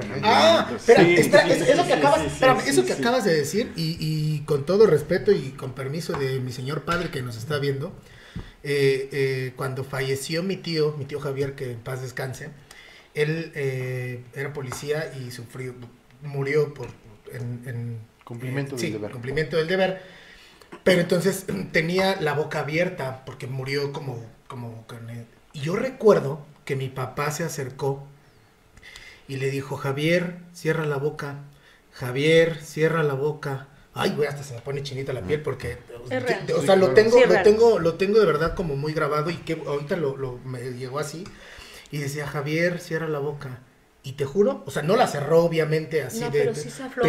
Eso que acabas de decir, y con todo respeto y con permiso de mi señor padre que nos está viendo, cuando falleció mi tío Javier, que en paz descanse, él era policía y murió en cumplimiento del deber, pero entonces tenía la boca abierta porque murió como y yo recuerdo que mi papá se acercó y le dijo: Javier, cierra la boca. Javier, cierra la boca. Ay, güey, hasta se me pone chinita la piel porque, o sea, lo tengo de verdad como muy grabado y que ahorita me llegó así y decía: Javier, cierra la boca. Y te juro, o sea, no la cerró obviamente así no, pero sí se afloja.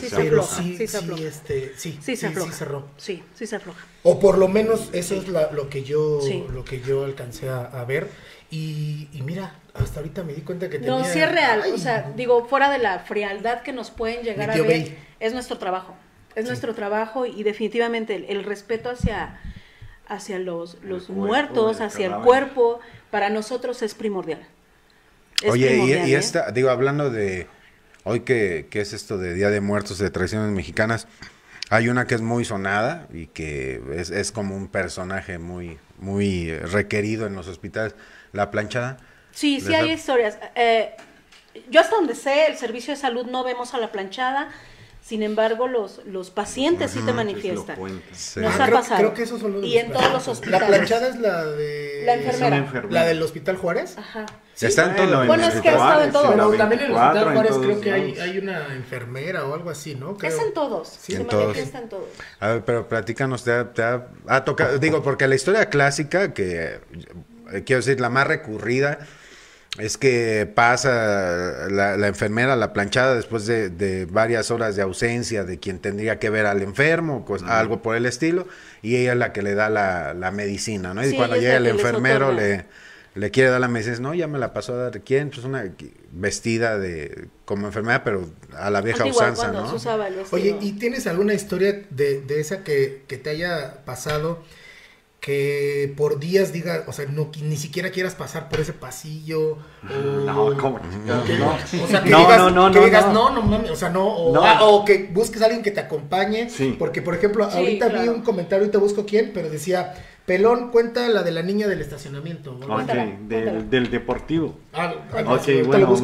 Sí cerró. Sí se afloja. O por lo menos eso es lo que yo alcancé a ver. Y mira, hasta ahorita me di cuenta que tenía... No, sí es real, o sea, digo, fuera de la frialdad que nos pueden llegar a ver, es nuestro trabajo. Nuestro trabajo y definitivamente el respeto hacia los muertos, hacia el cuerpo, para nosotros es primordial. Oye, y esta, digo, hablando de hoy que es esto de Día de Muertos, de tradiciones mexicanas, hay una que es muy sonada y que es como un personaje muy, muy requerido en los hospitales, la planchada. Sí, hay historias. Yo hasta donde sé, el servicio de salud no vemos a la planchada. Sin embargo, los pacientes sí te manifiestan. Sí. Nos ha pasado. Creo que esos son los y en todos los hospitales. La planchada es la de... La enfermera. ¿La del Hospital Juárez? Ajá. Sí. Está en todo. Bueno, es que ha estado en todo. Pero también en el Hospital Juárez creo que hay una enfermera o algo así, ¿no? Creo. Es en todos. Sí, se en todos. manifiesta en todos. A ver, pero platícanos, ¿te ha tocado? Digo, porque la historia clásica, que quiero decir, la más recurrida, es que pasa la enfermera, la planchada, después de varias horas de ausencia de quien tendría que ver al enfermo, algo por el estilo, y ella es la que le da la medicina, ¿no? Y Sí, cuando es llega la el que les enfermero otorga. le quiere dar la medicina, no, ya me la pasó a dar, ¿quién? Pues una vestida como enfermera, pero a la vieja Antigua, usanza, cuando ¿no? se usaba el vestido. Oye, ¿y tienes alguna historia de esa que te haya pasado que por días digas, o sea, ni siquiera quieras pasar por ese pasillo? No, ¿cómo? No. O sea, que digas, no mames, o sea, o que busques a alguien que te acompañe. Sí. Porque, por ejemplo, Sí, ahorita vi claro. un comentario, ahorita busco quién, pero decía: Pelón, cuenta la de la niña del estacionamiento. ¿No? Cuéntala, cuéntala. Del deportivo. Ok, Ok, bueno,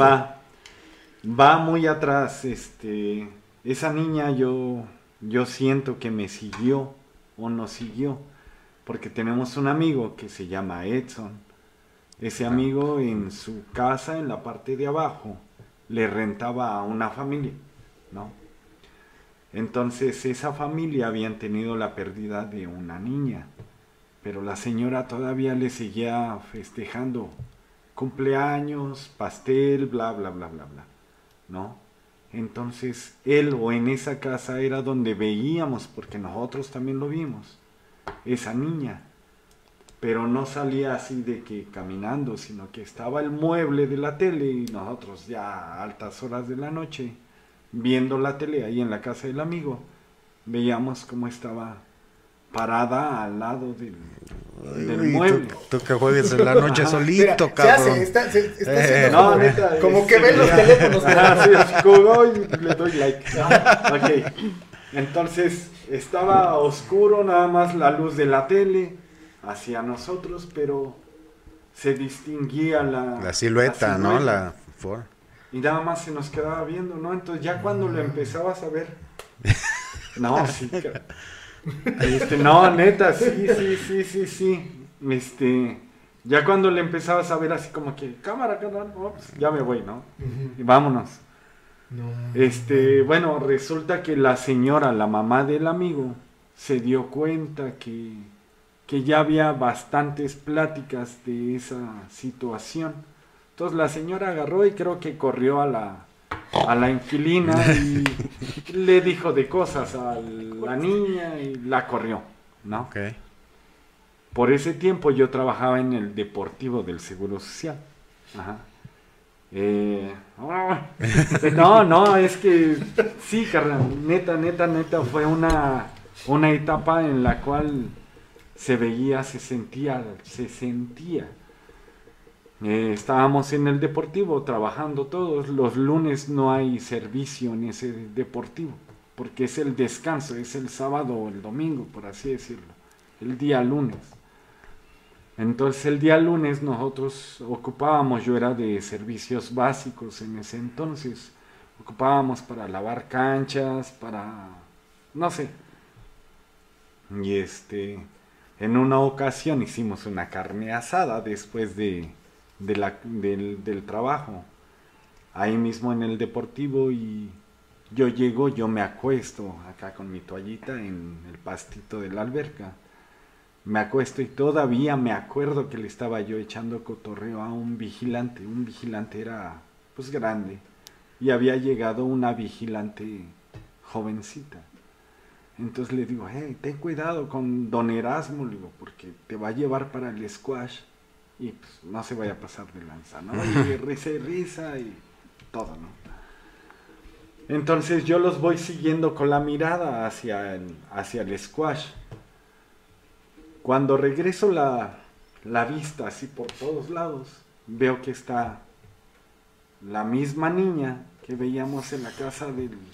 va muy atrás. Esa niña yo siento que me siguió o nos siguió, porque tenemos un amigo que se llama Edson. Ese amigo en su casa, en la parte de abajo, le rentaba a una familia, ¿no? Entonces esa familia habían tenido la pérdida de una niña, pero la señora todavía le seguía festejando cumpleaños, pastel, bla, bla, bla, bla, bla, ¿no? Entonces él o en esa casa era donde veíamos, porque nosotros también lo vimos, esa niña, pero no salía así de que caminando, sino que estaba el mueble de la tele y nosotros ya a altas horas de la noche, viendo la tele ahí en la casa del amigo, veíamos cómo estaba parada al lado del Uy, mueble. tú que juegues en la noche solito, Mira, cabrón. está haciendo No, como, neta, como que ven los teléfonos. Ajá, sí, así como, "Ay, le doy like". Ok, entonces estaba oscuro, nada más la luz de la tele hacia nosotros, pero se distinguía La silueta, ¿no? Y nada más se nos quedaba viendo, ¿no? Entonces ya cuando lo empezabas a ver... No, sí, no, neta, sí. Ya cuando le empezabas a ver así como que, cámara, no, pues ya me voy, ¿no? Y vámonos. Bueno, resulta que la señora, la mamá del amigo, se dio cuenta que ya había bastantes pláticas de esa situación. Entonces la señora agarró y creo que corrió a la inquilina y le dijo de cosas a la niña y la corrió, ¿no? Okay. Por ese tiempo yo trabajaba en el Deportivo del Seguro Social. Ajá. No, es que sí, carnal, neta, fue una etapa en la cual se veía, se sentía. Estábamos en el Deportivo trabajando todos. Los lunes no hay servicio en ese Deportivo, porque es el descanso, es el sábado o el domingo, por así decirlo, el día lunes. Entonces el día lunes nosotros ocupábamos, yo era de servicios básicos en ese entonces, ocupábamos para lavar canchas, para, no sé. Y en una ocasión hicimos una carne asada después del trabajo, ahí mismo en el Deportivo, y yo llego, yo me acuesto acá con mi toallita en el pastito de la alberca. Me acuesto y todavía me acuerdo que le estaba yo echando cotorreo a un vigilante era pues grande, y había llegado una vigilante jovencita. Entonces le digo, ten cuidado con don Erasmo, le digo, porque te va a llevar para el squash y pues no se vaya a pasar de lanza, ¿no? Y risa y todo, ¿no? Entonces yo los voy siguiendo con la mirada hacia el squash. Cuando regreso la vista así por todos lados, veo que está la misma niña que veíamos en la casa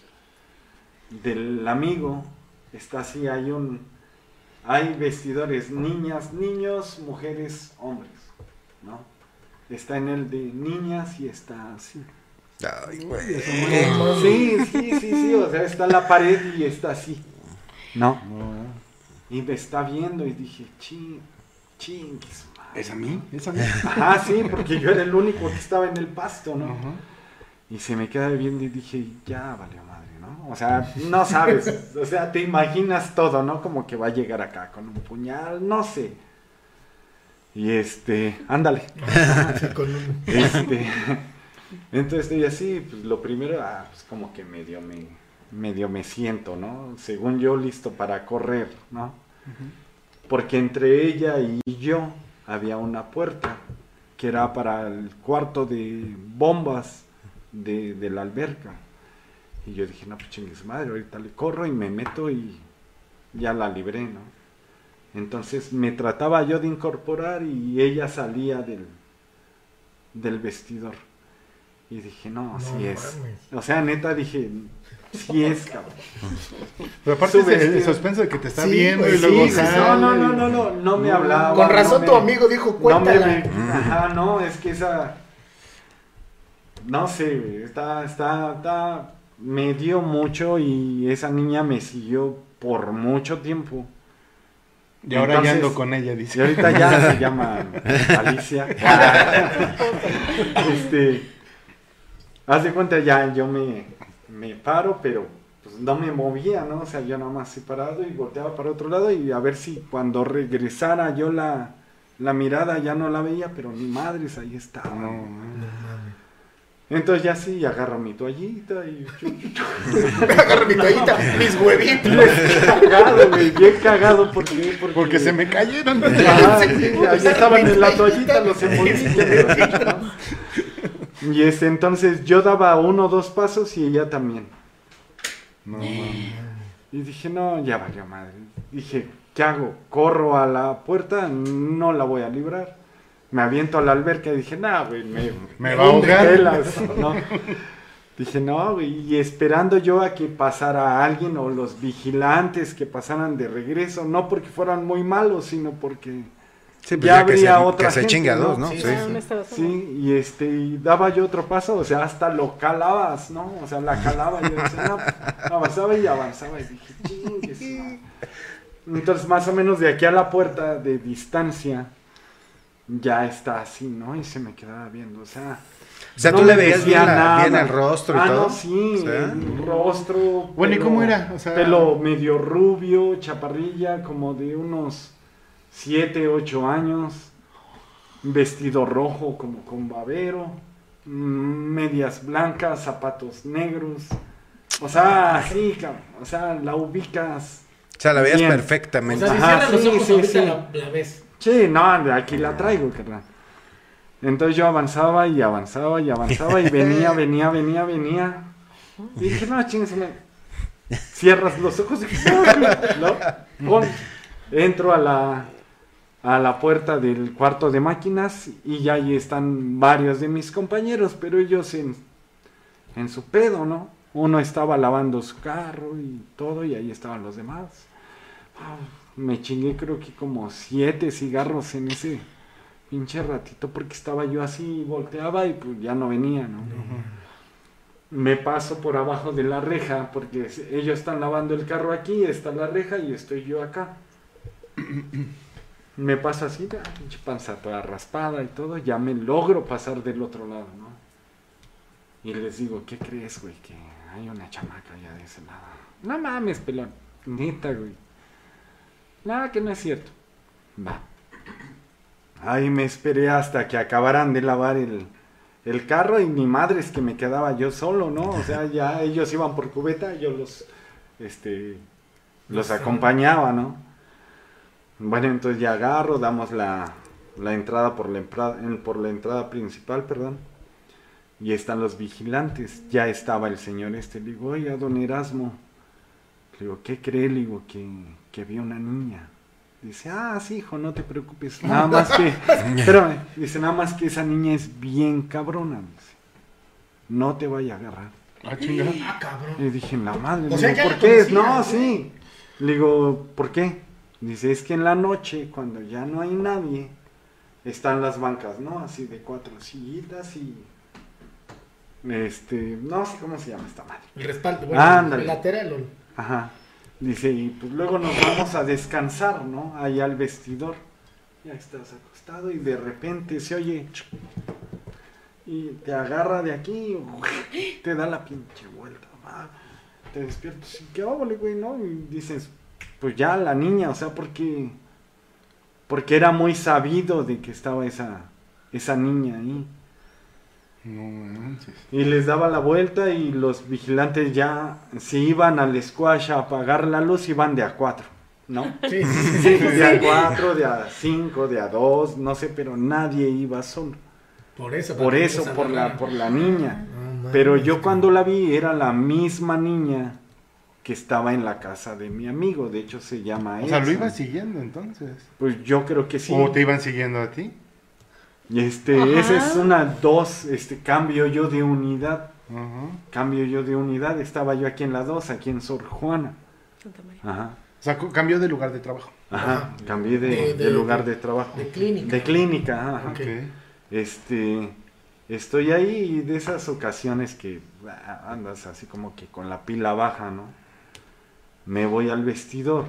del amigo. Está así, hay vestidores, niñas, niños, mujeres, hombres, ¿no? Está en el de niñas y está así. Ay, güey. Sí, o sea, está en la pared y está así, ¿no? Y me está viendo y dije, chingues, madre. ¿Es a mí? Ajá, sí, porque yo era el único que estaba en el pasto, ¿no? Uh-huh. Y se me queda viendo y dije, ya valió madre, ¿no? O sea, no sabes, o sea, te imaginas todo, ¿no? Como que va a llegar acá con un puñal, no sé. Y ándale. Entonces estoy así, pues lo primero, pues como que medio me siento, ¿no? Según yo, listo para correr, ¿no? Uh-huh. Porque entre ella y yo había una puerta que era para el cuarto de bombas de la alberca. Y yo dije, no, pues chingues madre, ahorita le corro y me meto y ya la libré, ¿no? Entonces me trataba yo de incorporar y ella salía del vestidor. Y dije, no, sí es. O sea, neta, dije, sí es, cabrón. Pero aparte el suspenso de que te está viendo y luego no me hablaba. Con razón tu amigo dijo, cuéntala. Ajá, no, es que esa... No sé, me dio mucho y esa niña me siguió por mucho tiempo. Y ahora entonces, ya ando con ella, dice. Y ahorita ya se llama Alicia. Haz de cuenta, ya yo me paro, pero pues no me movía, ¿no? O sea, yo nada más separado y volteaba para otro lado y a ver si cuando regresara yo la mirada ya no la veía, pero ni madres, ahí estaba. No. Entonces ya sí, agarro mi toallita y... agarro mi toallita, mis huevitos. Cagado, güey, bien cagado, porque se me cayeron. Sí, ahí estaban en la toallita los embolsillos, ¿no? Y entonces yo daba 1 o 2 pasos y ella también. No, y dije, no, ya valió madre. Dije, ¿qué hago? ¿Corro a la puerta? No la voy a librar. Me aviento a la alberca y dije, nah, güey, me va a ahogar. ¿no? Dije, no, güey, y esperando yo a que pasara alguien o los vigilantes que pasaran de regreso, no porque fueran muy malos, sino porque Sí, pues ya habría otra que se gente, chinga ¿no? dos, ¿no? Sí, Sí, y daba yo otro paso, o sea, hasta lo calabas, ¿no? O sea, la calaba, yo decía, no, avanzaba y dije, chingues, ¿no? Entonces, más o menos de aquí a la puerta de distancia, ya está así, ¿no? Y se me quedaba viendo, o sea, no tú le me veías decía bien el rostro y todo. No, sí, ¿Sí? el rostro. Bueno, ¿y cómo era? O sea, pelo medio rubio, chaparrilla, como de unos 7, 8 años, vestido rojo como con babero, medias blancas, zapatos negros, o sea, sí, o sea, la ubicas. O sea, la veías bien. perfectamente. O sea, si Ajá, cierras los sí, ojos sí, ahorita sí. la ves. Sí, no, aquí la traigo, carnal. Entonces yo avanzaba y avanzaba y avanzaba y venía. Y dije, no, chingues, cierras los ojos y dije, no, entro a la puerta del cuarto de máquinas y ya ahí están varios de mis compañeros, pero ellos en su pedo, ¿no? Uno estaba lavando su carro y todo y ahí estaban los demás. Me chingué creo que como 7 cigarros en ese pinche ratito porque estaba yo así, volteaba y pues ya no venía, ¿no? Me paso por abajo de la reja porque ellos están lavando el carro aquí, está la reja y estoy yo acá. Me paso así, pinche panza toda raspada y todo, ya me logro pasar del otro lado, ¿no? Y les digo, ¿qué crees, güey? Que hay una chamaca allá de ese lado. No mames, pelón, neta, güey. Nada, que no es cierto. Va. Ahí me esperé hasta que acabaran de lavar el carro y mi madre es que me quedaba yo solo, ¿no? O sea, ya ellos iban por cubeta, yo los acompañaba, ¿no? Bueno, entonces ya agarro, damos la entrada por la entrada principal, perdón. Y están los vigilantes. Ya estaba el señor le digo, oiga, don Erasmo. Le digo, ¿qué cree? Le digo, que vi una niña. Dice, sí, hijo, no te preocupes. Nada más que, espérame, dice, nada más que esa niña es bien cabrona. Dice, no te vaya a agarrar. Chingada. Cabrón. Y dije, la madre, O sea, digo, ya ¿por la qué? conocías, No, ¿no? sí. Le digo, ¿por qué? Dice, es que en la noche, cuando ya no hay nadie, están las bancas, ¿no? Así de 4 sillitas y... no sé cómo se llama esta madre. El respaldo, bueno, Ándale. el lateral. Ajá. Dice, y pues luego nos vamos a descansar, ¿no? Allá al vestidor. Ya estás acostado y de repente se oye... Y te agarra de aquí, te da la pinche vuelta. Te despiertas y qué óvole, güey, ¿no? Y dices, pues ya la niña, o sea, porque era muy sabido de que estaba esa niña ahí. No manches. Y les daba la vuelta y los vigilantes ya se iban al squash a apagar la luz, iban de a 4, ¿no? Sí. Sí, de a 4, de a 5, de a 2, no sé, pero nadie iba solo. Por eso, Por la niña. Pero yo cuando la vi era la misma niña que estaba en la casa de mi amigo, de hecho se llama O sea, lo Elsa. ibas siguiendo entonces. Pues yo creo que sí. ¿O te iban siguiendo a ti? Y esa es una 2, cambio yo de unidad. Ajá. Cambio yo de unidad, estaba yo aquí en la 2, aquí en Sor Juana. Santa María. Ajá. O sea, cambió de lugar de trabajo. Ajá, cambié de lugar de trabajo. De clínica. De clínica, ajá. Ok. Estoy ahí y de esas ocasiones que andas así como que con la pila baja, ¿no? Me voy al vestidor.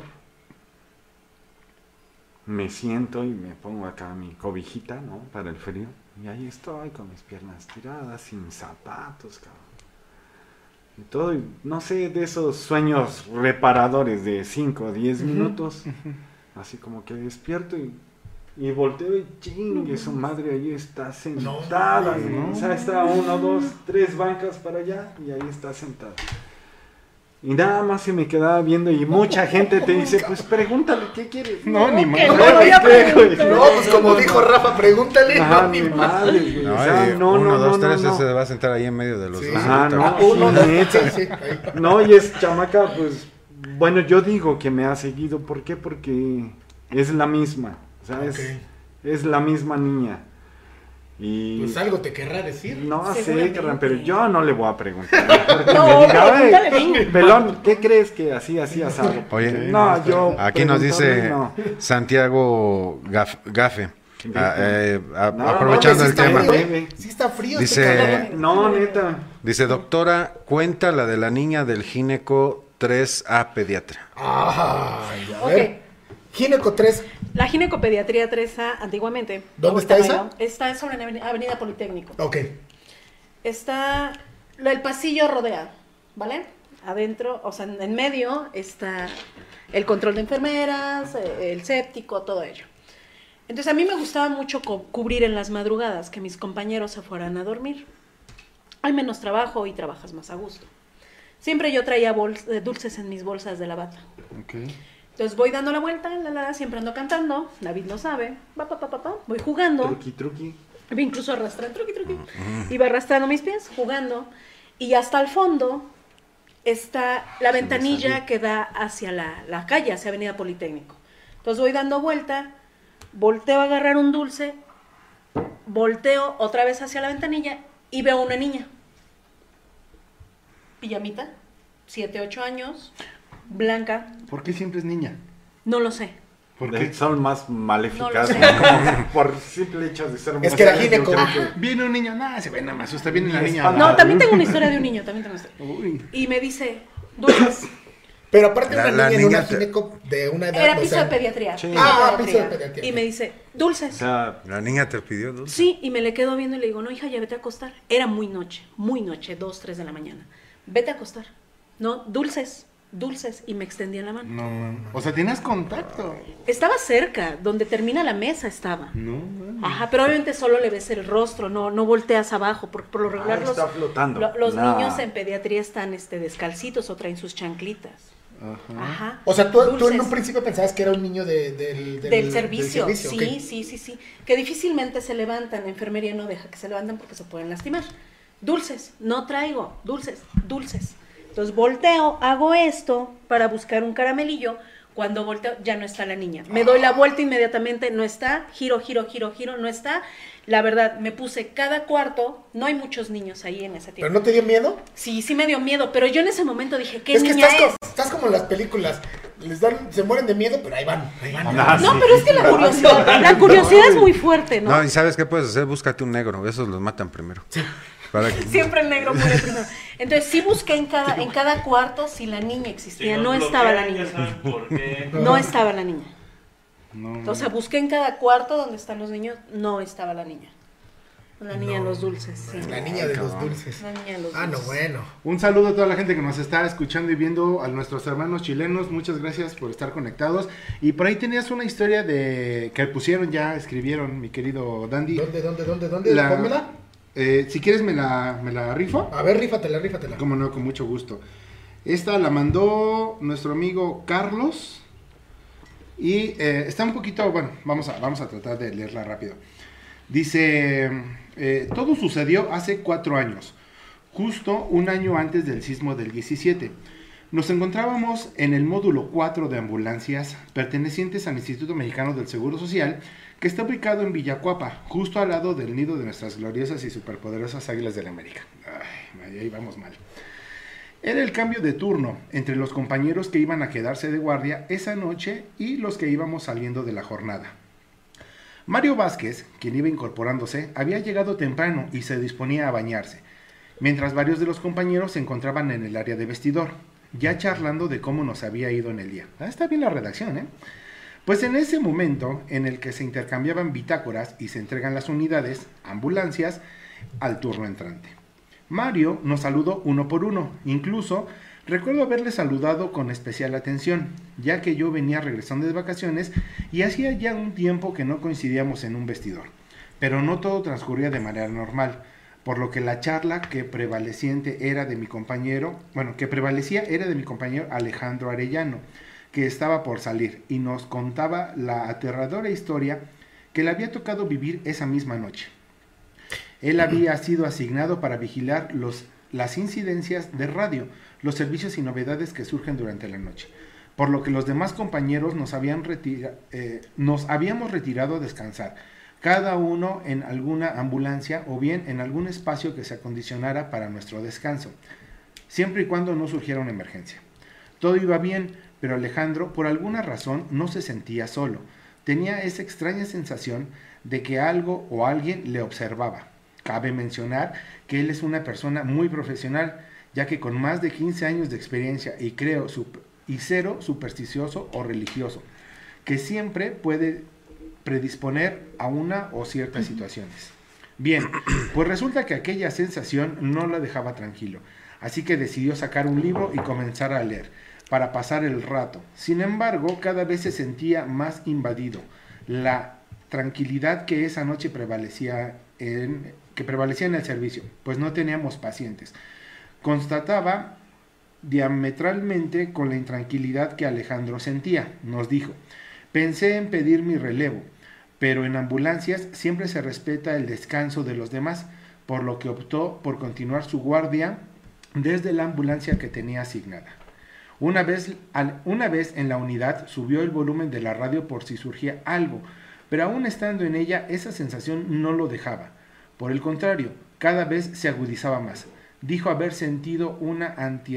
Me siento y me pongo acá mi cobijita, ¿no? Para el frío. Y ahí estoy con mis piernas tiradas, sin zapatos, cabrón. Y todo, y no sé, de esos sueños reparadores de 5 o 10 minutos. Así como que despierto y volteo y chingue, su madre ahí está sentada. No, O sea, está 1, 2, 3 bancas para allá y ahí está sentada. Y nada más se me quedaba viendo y mucha gente te dice, pues pregúntale, ¿qué quieres? No, ni que madre. no lo había preguntado. No, pues como dijo Rafa, pregúntale. Ajá, no, mi ni madre, güey. No, O sea, y no, 1, 2, 3, no. ese se va a sentar ahí en medio de los Sí. dos. Ajá, ahorita. no, Uno, neta. sí, ahí. No, y es chamaca, pues, Bueno, yo digo que me ha seguido. ¿Por qué? Porque es la misma. O sea, es la misma niña. Y pues algo te querrá decir. No sé, pero yo no le voy a preguntar. No, Pelón, ¿qué crees que así asado? Oye, no, yo aquí nos dice no. Santiago Gafe. No, aprovechando el tema. Sí está frío. Dice, no, neta. Dice, doctora, cuenta la de la niña del gineco 3A pediatra. Ay, a ver. Gineco 3. La ginecopediatría 3A, antiguamente. ¿Dónde está esa? Está sobre Avenida Politécnico. Ok. Está, el pasillo rodea, ¿vale? Adentro, o sea, en medio está el control de enfermeras, el séptico, todo ello. Entonces a mí me gustaba mucho cubrir en las madrugadas, que mis compañeros se fueran a dormir. Hay menos trabajo y trabajas más a gusto. Siempre yo traía dulces en mis bolsas de la bata. Okay. Entonces voy dando la vuelta, siempre ando cantando, David lo sabe, voy jugando. Truqui. Incluso arrastrando, truqui. Iba arrastrando mis pies, jugando. Y hasta el fondo está la ventanilla que da hacia la calle, hacia Avenida Politécnico. Entonces voy dando vuelta, volteo a agarrar un dulce, volteo otra vez hacia la ventanilla y veo una niña. Pijamita, 7, 8 años, blanca. ¿Por qué siempre es niña? No lo sé. ¿Por qué? Son más maléficas, No lo sé. como por simple hecho de ser Es que era gineco. Viene un niño, nada, se ve, nada me asusta, viene la niña. No, también tengo una historia de un niño, Uy. Y me dice, dulces. Pero aparte una La niña en niña una gineco de una edad. Era piso de pediatría. Sí. Piso de pediatría. Y me dice, dulces. O sea, La niña te pidió dulce. Sí, y me le quedo viendo y le digo, no, hija, ya vete a acostar. Era muy noche, 2, 3 de la mañana. Vete a acostar. No, dulces. Y me extendía la mano. No, o sea, tienes contacto. Estaba cerca, donde termina la mesa estaba. No. Ajá, pero obviamente solo le ves el rostro, no volteas abajo, porque por lo regular está flotando. los Nah. niños en pediatría están descalcitos o traen sus chanclitas. Ajá. O sea, tú en Dulces. un principio pensabas que era un niño del servicio. ok. Sí. Que difícilmente se levantan. Enfermería no deja que se levanten porque se pueden lastimar. Dulces, no traigo. Dulces. Entonces volteo, hago esto para buscar un caramelillo. Cuando volteo, ya no está la niña. Me doy la vuelta inmediatamente, no está. Giro, no está. La verdad, me puse cada cuarto. No hay muchos niños ahí en ese tiempo. ¿Pero no te dio miedo? Sí me dio miedo. Pero yo en ese momento dije, ¿qué Es que niña estás como en las películas. Se mueren de miedo, pero ahí van. No, pero es que la curiosidad es muy fuerte, ¿no? No, y ¿sabes qué puedes hacer? Búscate un negro, esos los matan primero. Sí. Siempre el negro muere primero. Entonces sí busqué en cada cuarto si la niña existía. No estaba la niña. No estaba la niña. O sea, busqué en cada cuarto donde están los niños, no estaba la niña. La niña de los dulces, sí. La niña de los dulces. La niña de los Ah, no, dulces. bueno. Un saludo a toda la gente que nos está escuchando y viendo, a nuestros hermanos chilenos. Muchas gracias por estar conectados. Y por ahí tenías una historia que pusieron ya, escribieron, mi querido Dandy. ¿Dónde? Pónmela. Si quieres me la rifo. A ver, rífatela. Cómo no, con mucho gusto. Esta la mandó nuestro amigo Carlos. Y está un poquito, bueno, vamos a tratar de leerla rápido. Dice, todo sucedió hace 4 años, justo un año antes del sismo del 17. Nos encontrábamos en el módulo 4 de ambulancias pertenecientes al Instituto Mexicano del Seguro Social, que está ubicado en Villacuapa, justo al lado del nido de nuestras gloriosas y superpoderosas Águilas del América. Ay, ahí vamos mal. Era el cambio de turno entre los compañeros que iban a quedarse de guardia esa noche y los que íbamos saliendo de la jornada. Mario Vázquez, quien iba incorporándose, había llegado temprano y se disponía a bañarse, mientras varios de los compañeros se encontraban en el área de vestidor, ya charlando de cómo nos había ido en el día. Está bien la redacción, ¿eh? Pues en ese momento en el que se intercambiaban bitácoras y se entregan las unidades, ambulancias, al turno entrante. Mario nos saludó uno por uno, incluso recuerdo haberle saludado con especial atención, ya que yo venía regresando de vacaciones y hacía ya un tiempo que no coincidíamos en un vestidor, pero no todo transcurría de manera normal, por lo que la charla que prevalecía era de mi compañero Alejandro Arellano, que estaba por salir y nos contaba la aterradora historia que le había tocado vivir esa misma noche. Él había sido asignado para vigilar los las incidencias de radio, los servicios y novedades que surgen durante la noche, por lo que los demás compañeros nos habíamos retirado a descansar, cada uno en alguna ambulancia o bien en algún espacio que se acondicionara para nuestro descanso, siempre y cuando no surgiera una emergencia. Todo iba bien, pero Alejandro, por alguna razón, no se sentía solo. Tenía esa extraña sensación de que algo o alguien le observaba. Cabe mencionar que él es una persona muy profesional, ya que con más de 15 años de experiencia y cero supersticioso o religioso, que siempre puede predisponer a una o ciertas situaciones. Bien, pues resulta que aquella sensación no la dejaba tranquilo, así que decidió sacar un libro y comenzar a leer, para pasar el rato. Sin embargo, cada vez se sentía más invadido. La tranquilidad que esa noche prevalecía en el servicio, pues no teníamos pacientes. Constataba diametralmente con la intranquilidad que Alejandro sentía. Nos dijo: pensé en pedir mi relevo, pero en ambulancias siempre se respeta el descanso de los demás, por lo que optó por continuar su guardia desde la ambulancia que tenía asignada. Una vez en la unidad subió el volumen de la radio por si surgía algo, pero aún estando en ella esa sensación no lo dejaba. Por el contrario, cada vez se agudizaba más. Dijo haber sentido una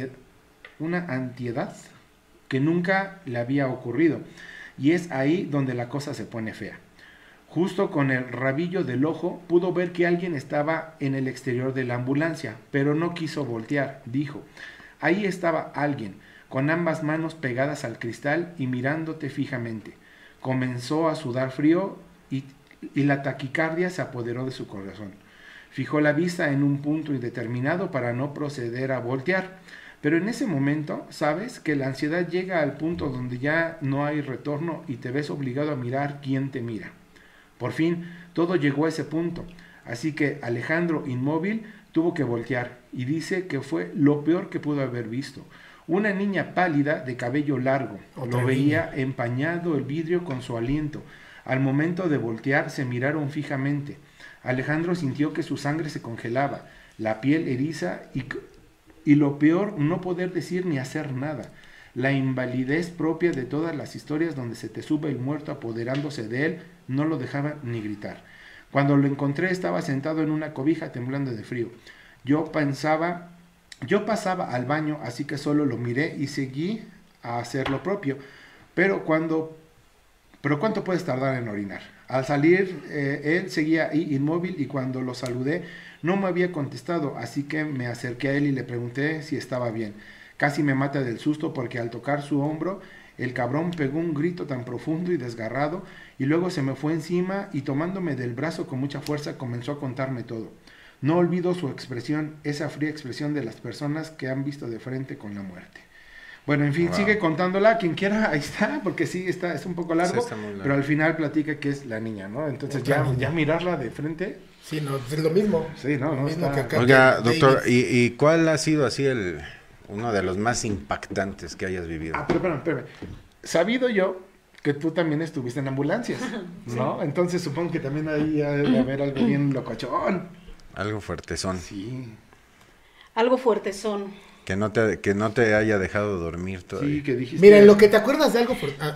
ansiedad que nunca le había ocurrido, y es ahí donde la cosa se pone fea. Justo con el rabillo del ojo pudo ver que alguien estaba en el exterior de la ambulancia, pero no quiso voltear. Dijo: ahí estaba alguien, con ambas manos pegadas al cristal y mirándote fijamente. Comenzó a sudar frío y la taquicardia se apoderó de su corazón. Fijó la vista en un punto indeterminado para no proceder a voltear. Pero en ese momento, sabes que la ansiedad llega al punto donde ya no hay retorno y te ves obligado a mirar quién te mira. Por fin, todo llegó a ese punto, así que Alejandro, inmóvil, tuvo que voltear, y dice que fue lo peor que pudo haber visto. Una niña pálida de cabello largo, lo veía empañado el vidrio con su aliento. Al momento de voltear se miraron fijamente. Alejandro sintió que su sangre se congelaba, la piel eriza y lo peor, no poder decir ni hacer nada. La invalidez propia de todas las historias donde se te sube el muerto apoderándose de él no lo dejaba ni gritar. Cuando lo encontré estaba sentado en una cobija temblando de frío. Yo pasaba al baño, así que solo lo miré y seguí a hacer lo propio. Pero ¿cuánto puedes tardar en orinar? Al salir, él seguía ahí inmóvil y cuando lo saludé no me había contestado, así que me acerqué a él y le pregunté si estaba bien. Casi me mata del susto porque al tocar su hombro, el cabrón pegó un grito tan profundo y desgarrado y luego se me fue encima y tomándome del brazo con mucha fuerza comenzó a contarme todo. No olvido su expresión, esa fría expresión de las personas que han visto de frente con la muerte. Bueno, en fin, sigue contándola, quien quiera, ahí está, porque sí, es un poco largo, sí, pero al final platica que es la niña, ¿no? Entonces ya mirarla de frente... Sí, no, es lo mismo. Sí, no, no mismo está... que acá. Oiga, doctor, ¿y cuál ha sido así uno de los más impactantes que hayas vivido? Ah, pero espérame. Sabido yo que tú también estuviste en ambulancias, ¿no? Sí. Entonces supongo que también ahí ha de haber algo bien locochón. Algo fuertezón. Sí. Algo fuertezón. Que no te haya dejado dormir todavía. Sí, que dijiste... Mira, en lo que te acuerdas de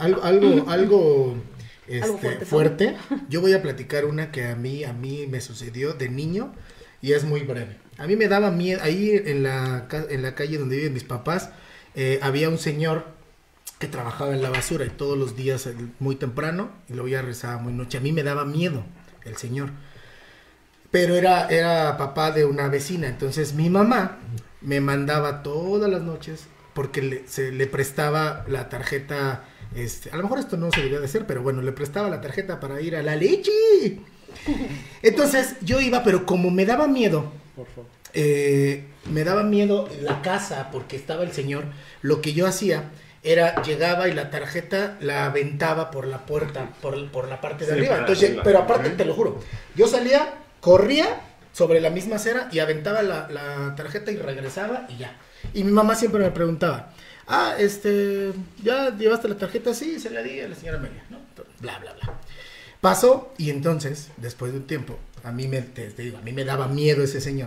algo fuerte, yo voy a platicar una que a mí me sucedió de niño y es muy breve. A mí me daba miedo, ahí en la calle donde viven mis papás, había un señor que trabajaba en la basura y todos los días muy temprano y luego ya rezaba muy noche. A mí me daba miedo el señor, pero era papá de una vecina, entonces mi mamá me mandaba todas las noches porque se le prestaba la tarjeta, a lo mejor esto no se debía de hacer, pero bueno, le prestaba la tarjeta para ir a la leche. Entonces yo iba, pero como me daba miedo, me daba miedo la casa porque estaba el señor, lo que yo hacía era, llegaba y la tarjeta la aventaba por la puerta, por la parte de arriba. Entonces, pero aparte, te lo juro, yo salía, corría sobre la misma acera y aventaba la tarjeta y regresaba y ya. Y mi mamá siempre me preguntaba, ¿ya llevaste la tarjeta? Sí, se la di a la señora Amelia, ¿no? Bla, bla, bla. Pasó y entonces, después de un tiempo, a mí me daba miedo ese señor.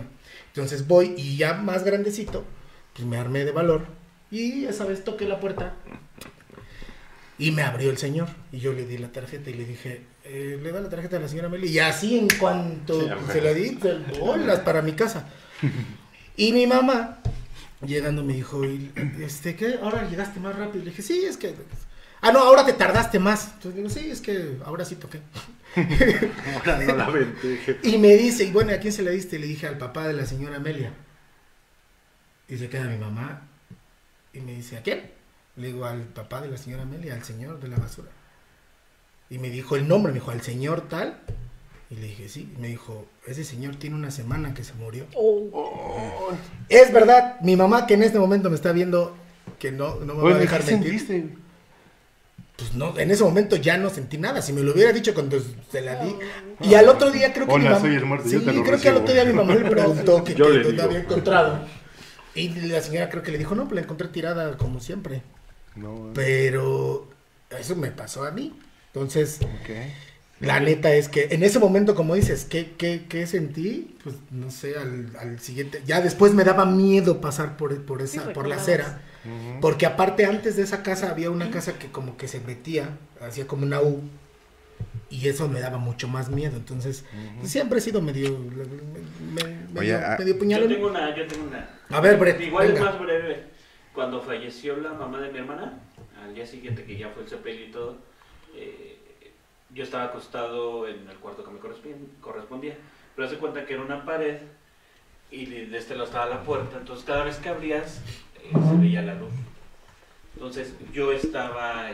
Entonces voy y ya más grandecito, pues me armé de valor y esa vez toqué la puerta y me abrió el señor y yo le di la tarjeta y le dije, le da la tarjeta a la señora Meli, y así en cuanto se la di, bolas para mi casa. Y mi mamá llegando me dijo, ¿qué? ¿Ahora llegaste más rápido? Le dije, sí, es que... no, ahora te tardaste más. Entonces digo, sí, es que ahora sí toqué. Ahora no la vendí. Y me dice, y bueno, ¿a quién se la diste? Le dije, al papá de la señora Amelia. Y se queda mi mamá y me dice, ¿a quién? Le digo, al papá de la señora Amelia, al señor de la basura. Y me dijo el nombre, me dijo, al señor tal. Y le dije, sí. Y me dijo, ese señor tiene una semana que se murió. Es verdad, mi mamá que en este momento me está viendo, que no me va a dejar mentir. ¿Sentiste? Pues no, en ese momento ya no sentí nada. Si me lo hubiera dicho cuando se la di. Y al otro día creo que Hola, mi mamá, soy el muerto, sí, yo te lo creo que al otro día mi mamá le preguntó que Yo le dónde digo. había encontrado. Y la señora creo que le dijo, no, pues la encontré tirada como siempre. No, Pero eso me pasó a mí. Entonces, ok. la neta es que en ese momento, como dices, ¿qué sentí? Pues no sé, al siguiente. Ya después me daba miedo pasar por la acera. Porque aparte antes de esa casa había una casa que como que se metía, hacía como una U. Y eso me daba mucho más miedo. Entonces, siempre he sido medio puñalón. Yo tengo una. A ver, Brett, Igual venga. es más breve. Cuando falleció la mamá de mi hermana, al día siguiente que ya fue el sepelio y todo, yo estaba acostado en el cuarto que me correspondía. Pero hace cuenta que era una pared y de este lado estaba la puerta. Entonces cada vez que abrías, se veía la luz. Entonces yo estaba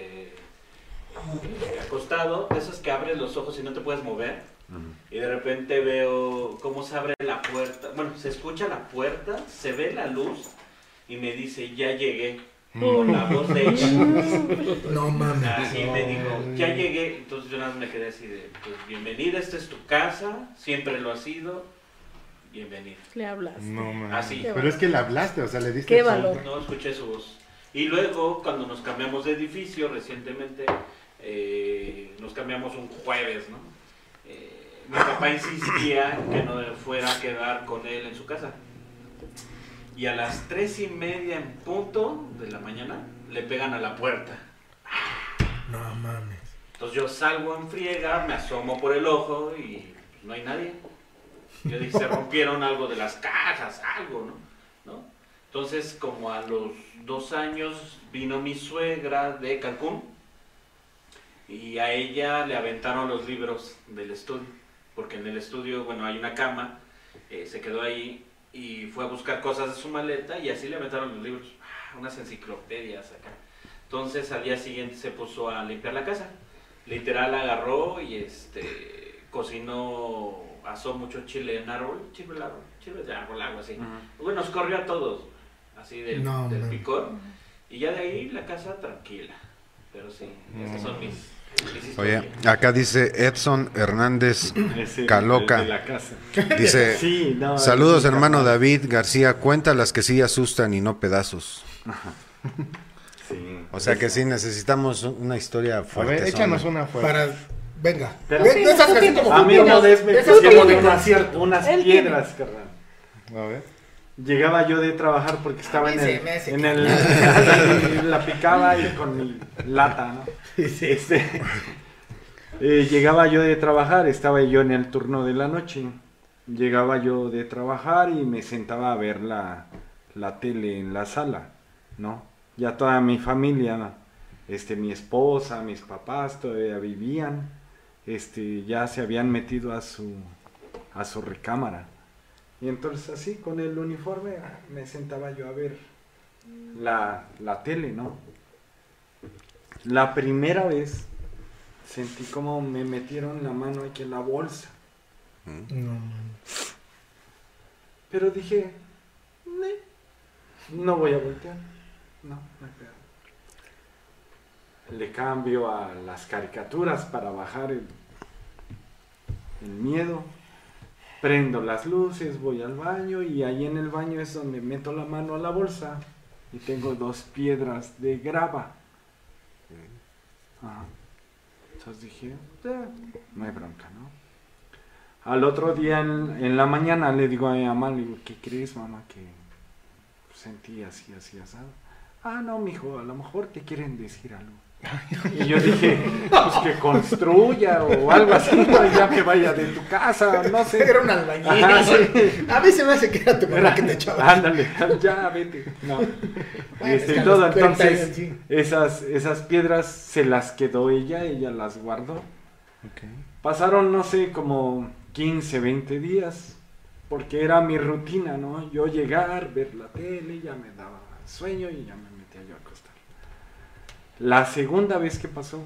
acostado, de esas que abres los ojos y no te puedes mover. Y de repente veo cómo se abre la puerta. Bueno, se escucha la puerta, se ve la luz y me dice, ya llegué. Con la voz de ella. No mames. Así me dijo, ya llegué. Entonces yo nada más me quedé así de, pues bienvenida, esta es tu casa, siempre lo ha sido. Bienvenida. Le hablas. No, man. Así. Pero es que le hablaste, o sea, le diste Qué el son. valor. No escuché su voz. Y luego, cuando nos cambiamos de edificio recientemente, nos cambiamos un jueves, ¿no? Mi papá insistía que no fuera a quedar con él en su casa. Y a las 3:30 en punto de la mañana le pegan a la puerta. No mames. Entonces yo salgo en friega, me asomo por el ojo y pues, no hay nadie. Yo dije, se rompieron algo de las cajas, algo, ¿no? Entonces, como a los 2 años vino mi suegra de Cancún y a ella le aventaron los libros del estudio, porque en el estudio, bueno, hay una cama, se quedó ahí y fue a buscar cosas de su maleta y así le aventaron los libros, unas enciclopedias acá. Entonces al día siguiente se puso a limpiar la casa, literal agarró y cocinó, asó mucho chile en árbol, chile de árbol, algo así. Bueno, nos corrió a todos, así del picor, y ya de ahí la casa tranquila, pero sí, esas son mis Oye, acá dice Edson Hernández Caloca. De la casa. Dice, Sí, no, saludos sí, hermano capaz. David García, cuenta las que sí asustan y no pedazos. Sí. O sea que sí necesitamos una historia A fuerte. ver, échanos una fuerte. Venga. Pero- De esas así como A mí una vez me esas pusieron como de unas, concierto. unas Él piedras, carnal. A ver. Llegaba yo de trabajar porque estaba A mí se me hace en el la picaba y con mi lata, ¿no? Llegaba yo de trabajar, estaba yo en el turno de la noche. Llegaba yo de trabajar y me sentaba a ver la tele en la sala, ¿no? Ya toda mi familia, mi esposa, mis papás todavía vivían, ya se habían metido a su recámara. Y entonces así, con el uniforme, me sentaba yo a ver la tele, ¿no? La primera vez sentí como me metieron la mano aquí en la bolsa. No. Pero dije, no voy a voltear. No hay pedo. Le cambio a las caricaturas para bajar el miedo. Prendo las luces, voy al baño y ahí en el baño es donde meto la mano a la bolsa y tengo 2 piedras de grava. Ajá. Entonces dije, no hay bronca, ¿no? Al otro día en la mañana le digo a mi mamá, le digo, ¿qué crees, mamá? Que sentí así, asado. Ah, no, mijo, a lo mejor te quieren decir algo. Y yo dije, pues que construya o algo así, pues ya me vaya de tu casa, no sé. Era un albañil. Ajá, sí. A mí se me hace que era tu mamá que te echaba. Ándale, ya vete. No. Bueno, es que a Todo, los 40 entonces, años, sí. esas piedras se las quedó ella las guardó. Pasaron, no sé, como 15, 20 días, porque era mi rutina, ¿no? Yo llegar, ver la tele, ya me daba sueño y ya me metía yo a acostar. La segunda vez que pasó,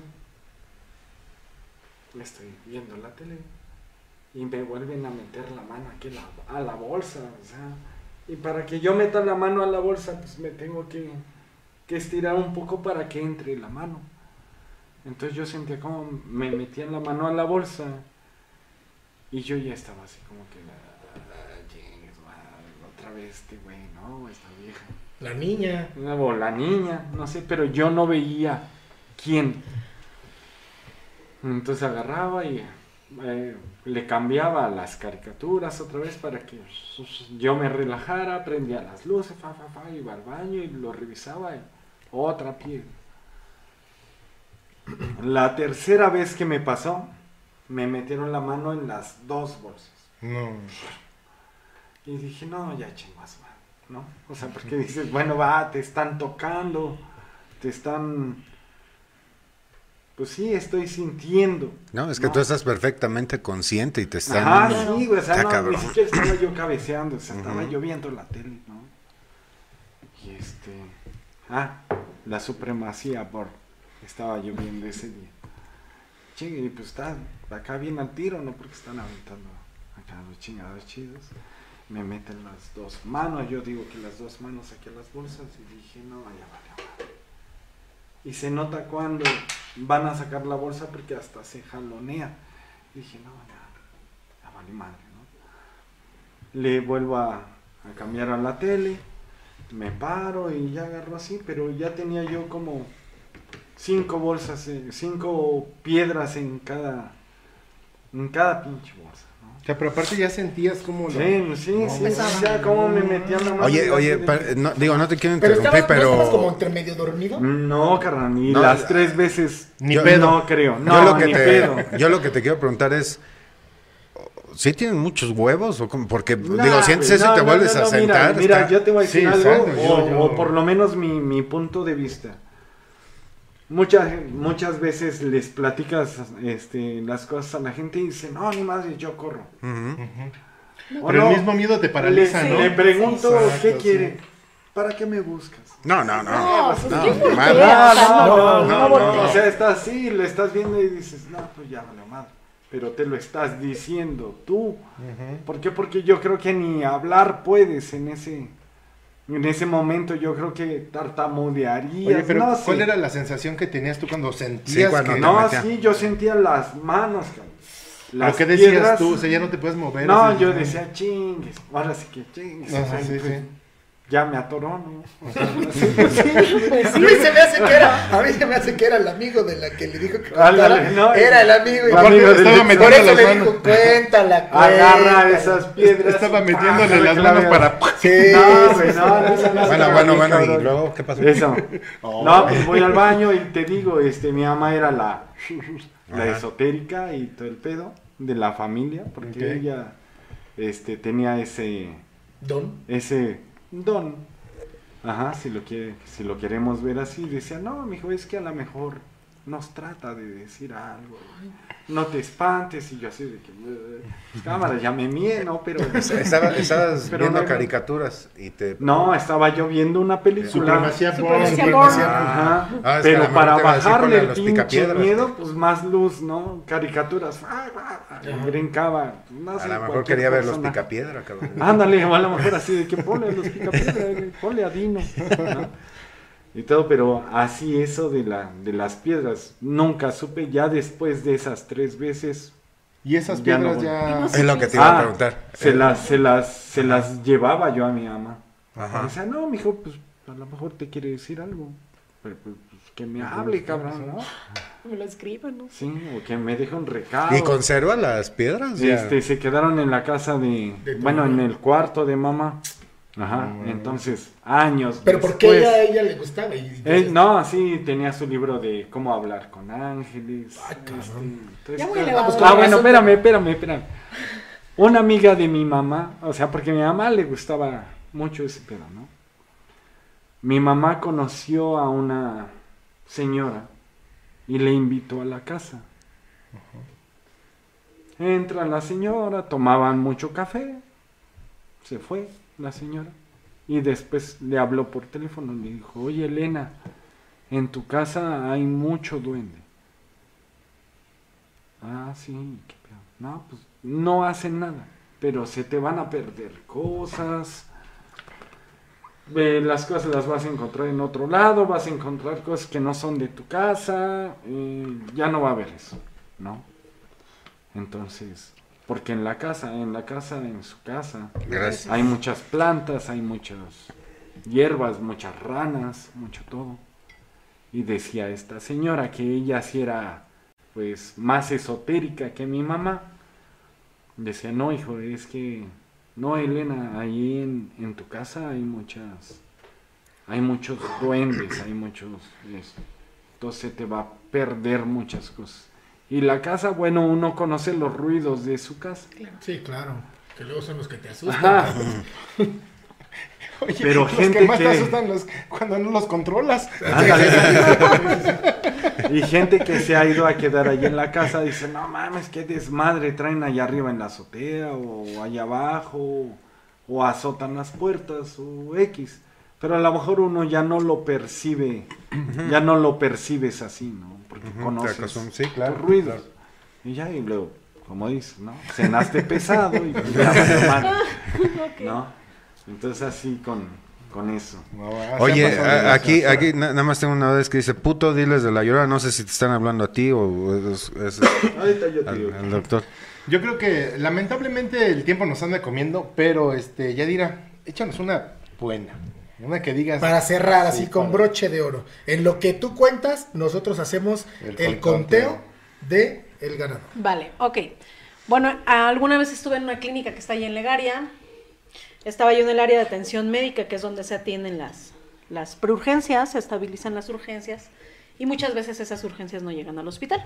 estoy viendo la tele y me vuelven a meter la mano aquí a la bolsa, o sea, y para que yo meta la mano a la bolsa, pues me tengo que estirar un poco para que entre la mano. Entonces yo sentía como me metían la mano a la bolsa y yo ya estaba así como que otra vez este güey, ¿no? Esta vieja. La niña. O la niña, no sé, pero yo no veía quién. Entonces agarraba y le cambiaba las caricaturas otra vez para que yo me relajara, prendía las luces, iba al baño y lo revisaba y otra piedra. La tercera vez que me pasó, me metieron la mano en las dos bolsas. No. Y dije, no, ya chingas, ¿no? O sea, porque dices, bueno, va, te están tocando, te están... Pues sí, estoy sintiendo. No, es que ¿no? tú estás perfectamente consciente y te están... Ajá, sí, güey, o sea, Está no, cabrón. ni siquiera estaba yo cabeceando, o sea, estaba yo viendo la tele, ¿no? Y la supremacía estaba yo viendo ese día. Chingue, y pues está acá bien al tiro, ¿no? Porque están aventando acá los chingados chidos. Me meten las dos manos, yo digo que las dos manos aquí a las bolsas y dije, no, ya vale. Y se nota cuando van a sacar la bolsa porque hasta se jalonea. Y dije, no, ya vale madre, ¿no? Le vuelvo a cambiar a la tele, me paro y ya agarro así, pero ya tenía yo como 5 bolsas, 5 piedras en cada pinche bolsa. O sea, pero aparte ya sentías como... Sí, ya como me metían la mano. Oye, no te quiero Pero interrumpir, ¿no estabas como entre medio dormido? No, carnal, ni No, las 3 veces. Ni pedo. No creo. No, Yo lo que te quiero preguntar es, ¿sí tienen muchos huevos? ¿O cómo? Porque, sientes güey, eso y te vuelves a sentar. Mira, yo te voy a decir Sí, algo, exacto, o por lo menos mi punto de vista. Muchas veces les platicas las cosas a la gente y dicen, no, ni madre, yo corro. Pero el mismo miedo te paraliza, ¿no? Le pregunto, Exacto, ¿qué sí. quiere? ¿Para qué me buscas? No. O sea, estás así, lo estás viendo y dices, no, pues ya vale madre. Pero te lo estás diciendo tú. ¿Por qué? Porque yo creo que ni hablar puedes en ese momento. Yo creo que tartamudearías. Oye, pero no ¿cuál sé. era la sensación que tenías tú cuando sentías cuando que... No, metía. sí, yo sentía las manos, cabrón. ¿Pero qué decías tú? O sea, ya no te puedes mover. No, así, yo decía, chingues. Ahora sí que chingues. Ajá, Ay, sí, pues, sí. Ya me atoró, ¿no? O sea, A mí se me hace que era el amigo de la que le dijo que Ándale, contara. no, Era el amigo. Y el amigo del estaba Dixon. por metiendo eso las le manos. dijo, cuéntala. Agarra esas piedras. Estaba y metiéndole ¡pah! las manos para... Sí, No, güey, no, eso no se hace, Bueno, cabrón. ¿y luego qué pasó? Eso. No, pues voy al baño y te digo, mi mamá era la Ajá. esotérica y todo el pedo de la familia, porque Ok. ella tenía ese don. Ajá, si lo queremos ver así, decía, no, mijo, es que a lo mejor nos trata de decir algo, no te espantes, y yo así de que, cámara, ya me mié, ¿no? Pero... Estabas Pero viendo no- caricaturas y te... No, estaba yo viendo una película. Supremacía Supremacía porn. porn. Ajá, Ah, es que a lo pero mejor para te iba a decir bajarle con el los pinche picapiedras. miedo, pues más luz, ¿no? Caricaturas. Brincaba. No sé, A lo mejor cualquier quería ver los persona. picapiedra, cabrón. Ándale, o a lo mejor así de que ponle los picapiedras, ponle a Dino. ¿no? Y todo, pero así eso de las piedras, nunca supe, ya después de esas 3 veces. Y esas Ya no piedras voy. ya... Es lo que te iba a preguntar. Se las llevaba yo a mi mamá. Ajá. O sea, no, mijo, pues a lo mejor te quiere decir algo. que me hable, cabrón, ¿no? Me lo escriban, ¿no? Sí, o que me deje un recado. ¿Y conserva las piedras? Ya. Se quedaron en la casa bueno, en el cuarto de mamá. Ajá, entonces, años ¿Pero por qué a ella le gustaba? No, sí, tenía su libro de cómo hablar con ángeles. Ay, cabrón. Ya muy elevado. Bueno, espérame. Una amiga de mi mamá, o sea, porque a mi mamá le gustaba mucho ese pedo, ¿no? Mi mamá conoció a una señora y le invitó a la casa. Entra la señora, tomaban mucho café, se fue la señora y después le habló por teléfono, le dijo, oye Elena, en tu casa hay mucho duende. Ah, sí, qué pedo. No, pues no hacen nada, pero se te van a perder cosas. Las cosas las vas a encontrar en otro lado, vas a encontrar cosas que no son de tu casa, ya no va a haber eso, ¿no? Entonces, porque en su casa, Gracias. hay muchas plantas, hay muchas hierbas, muchas ranas, mucho todo. Y decía esta señora que ella sí era, pues, más esotérica que mi mamá. Decía, no, hijo, es que... No, Elena, ahí en tu casa hay muchos duendes, hay muchos... entonces te va a perder muchas cosas. Y la casa, bueno, uno conoce los ruidos de su casa. Sí, claro, que luego son los que te asustan. Ajá. Oye, Pero los gente que más te que- asustan cuando no los controlas. Y gente que se ha ido a quedar ahí en la casa dice, no mames, qué desmadre traen allá arriba en la azotea o allá abajo o azotan las puertas o X. Pero a lo mejor uno ya no lo percibe, ya no lo percibes así, ¿no? Porque conoces Sí, claro. los ruidos. Claro. Y ya, y luego, como dices, ¿no? Cenaste pesado y pues ya valió madre, ¿no? Entonces así con eso. Oye, aquí nada más tengo una vez que dice, puto, diles de la Llorona, no sé si te están hablando a ti o es Ahorita yo te digo. al doctor. Yo creo que lamentablemente el tiempo nos anda comiendo, pero Yadira, échanos una buena. Una que digas. Para cerrar así Sí, con para- broche de oro. En lo que tú cuentas, nosotros hacemos el conteo de el ganador. Vale, ok. Bueno, alguna vez estuve en una clínica que está ahí en Legaria. Estaba yo en el área de atención médica, que es donde se atienden las preurgencias, se estabilizan las urgencias y muchas veces esas urgencias no llegan al hospital.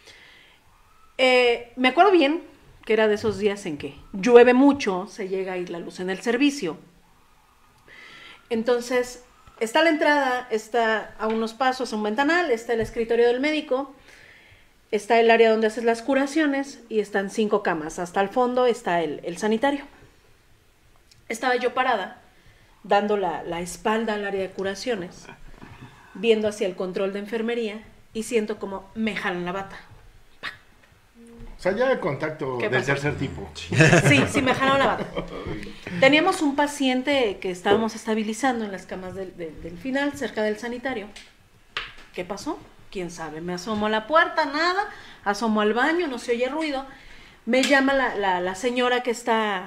Me acuerdo bien que era de esos días en que llueve mucho, se llega a ir la luz en el servicio. Entonces, está la entrada, está a unos pasos un ventanal, está el escritorio del médico, está el área donde haces las curaciones y están 5 camas. Hasta el fondo está el sanitario. Estaba yo parada, dando la espalda al área de curaciones, viendo hacia el control de enfermería y siento como me jalan la bata. O sea, ya el contacto ¿Qué del pasó? tercer tipo. Sí, me jalaron la bata. Teníamos un paciente que estábamos estabilizando en las camas del final, cerca del sanitario. ¿Qué pasó? ¿Quién sabe? Me asomo a la puerta, nada. Asomo al baño, no se oye ruido. Me llama la señora que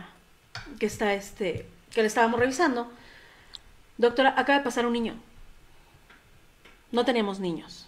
le estábamos revisando. Doctora, acaba de pasar un niño. No teníamos niños.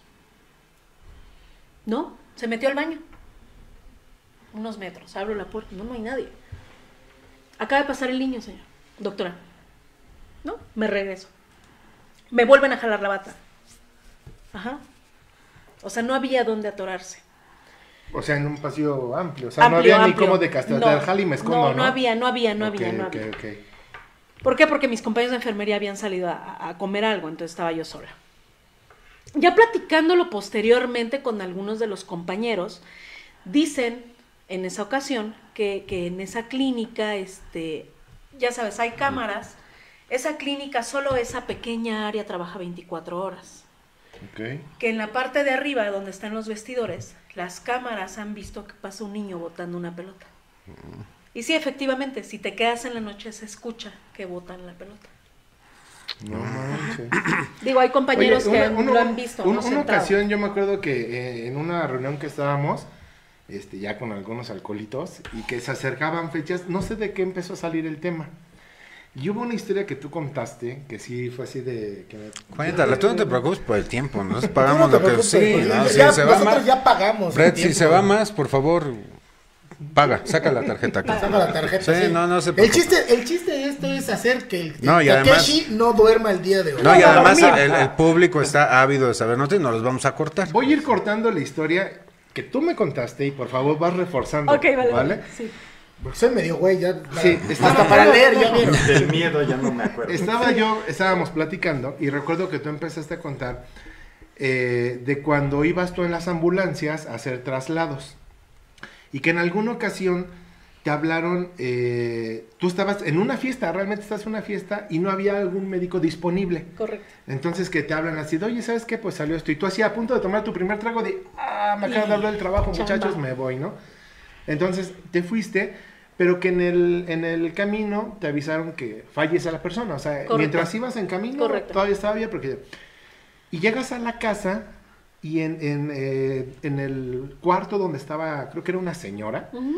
¿No? Se metió al baño. Unos metros. Abro la puerta. No hay nadie. Acaba de pasar el niño, señor. Doctora. ¿No? Me regreso. Me vuelven a jalar la bata. Ajá. O sea, no había dónde atorarse. O sea, en un pasillo amplio. O sea, no Amplio, había ni amplio. cómo de castigar No, jal y me escondo, ¿no? no había. Ok. ¿Por qué? Porque mis compañeros de enfermería habían salido a comer algo, entonces estaba yo sola. Ya platicándolo posteriormente con algunos de los compañeros, dicen en esa ocasión que en esa clínica, ya sabes, hay cámaras. Esa clínica, solo esa pequeña área trabaja 24 horas. Ok. Que en la parte de arriba, donde están los vestidores, las cámaras han visto que pasa un niño botando una pelota. Y sí, efectivamente, si te quedas en la noche se escucha que botan la pelota. No manches. Digo, hay compañeros Oye, que lo han visto, ¿no? Una Sentado. ocasión yo me acuerdo que en una reunión que estábamos, ya con algunos alcoholitos, y que se acercaban fechas, no sé de qué empezó a salir el tema. Y hubo una historia que tú contaste, que sí fue así de... Cuéntala, tú no te preocupes por el tiempo, nosotros pagamos Tú no lo te que... preocupes, Sí, porque no, si ya- se va nosotros más... ya pagamos. Fred, el si tiempo. se va más, por favor, paga, saca la tarjeta. Aquí. Saca la tarjeta. Sí, sí. no se el preocupe. chiste de esto es hacer que el No, y Takeshi no duerma el día de hoy. No, y además dormir. el público está ávido de saber noticias, no los vamos a cortar. Voy a ir cortando la historia que tú me contaste y por favor vas reforzando. Ok, vale. Sí. Porque soy medio güey, ya. Sí, hasta para leer, ya vieron. Del miedo ya no me acuerdo. Estábamos platicando y recuerdo que tú empezaste a contar de cuando ibas tú en las ambulancias a hacer traslados y que en alguna ocasión te hablaron, tú estabas en una fiesta, realmente estás en una fiesta y no había algún médico disponible. Correcto. Entonces que te hablan así de, oye, ¿sabes qué? Pues salió esto y tú así a punto de tomar tu primer trago de, me acaban de hablar del trabajo, Chamba. muchachos, me voy, ¿no? Entonces te fuiste, pero que en el camino te avisaron que fallece la persona. O sea, Correcto. mientras ibas en camino, Correcto. todavía estaba bien. Y llegas a la casa y en el cuarto donde estaba, creo que era una señora, Ujú.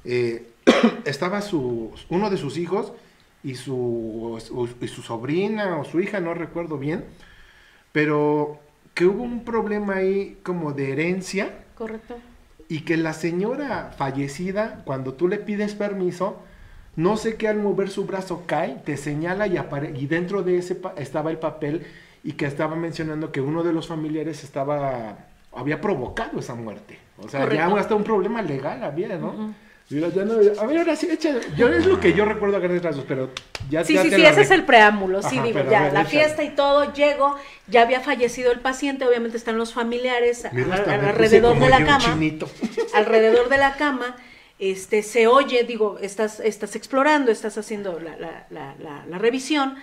estaba uno de sus hijos y su sobrina o su hija, no recuerdo bien, pero que hubo un problema ahí como de herencia. Correcto. Y que la señora fallecida, cuando tú le pides permiso, no sé qué al mover su brazo cae, te señala y dentro de ese estaba el papel y que estaba mencionando que uno de los familiares había provocado esa muerte. O sea, Correcto. ya hasta un problema legal había, ¿no? Ujú. Digo, ya no, a ver, ahora sí, échale. Es lo que yo recuerdo a grandes rasgos, pero ya Sí, ya sí, te sí, la ese es el preámbulo, sí, Ajá, digo, pero a ya, ver, la échale. fiesta y todo, llego, ya había fallecido el paciente, obviamente están los familiares Mira, hasta me puse alrededor como de la yo, cama, chinito. alrededor de la cama, se oye, digo, estás explorando, estás haciendo la revisión,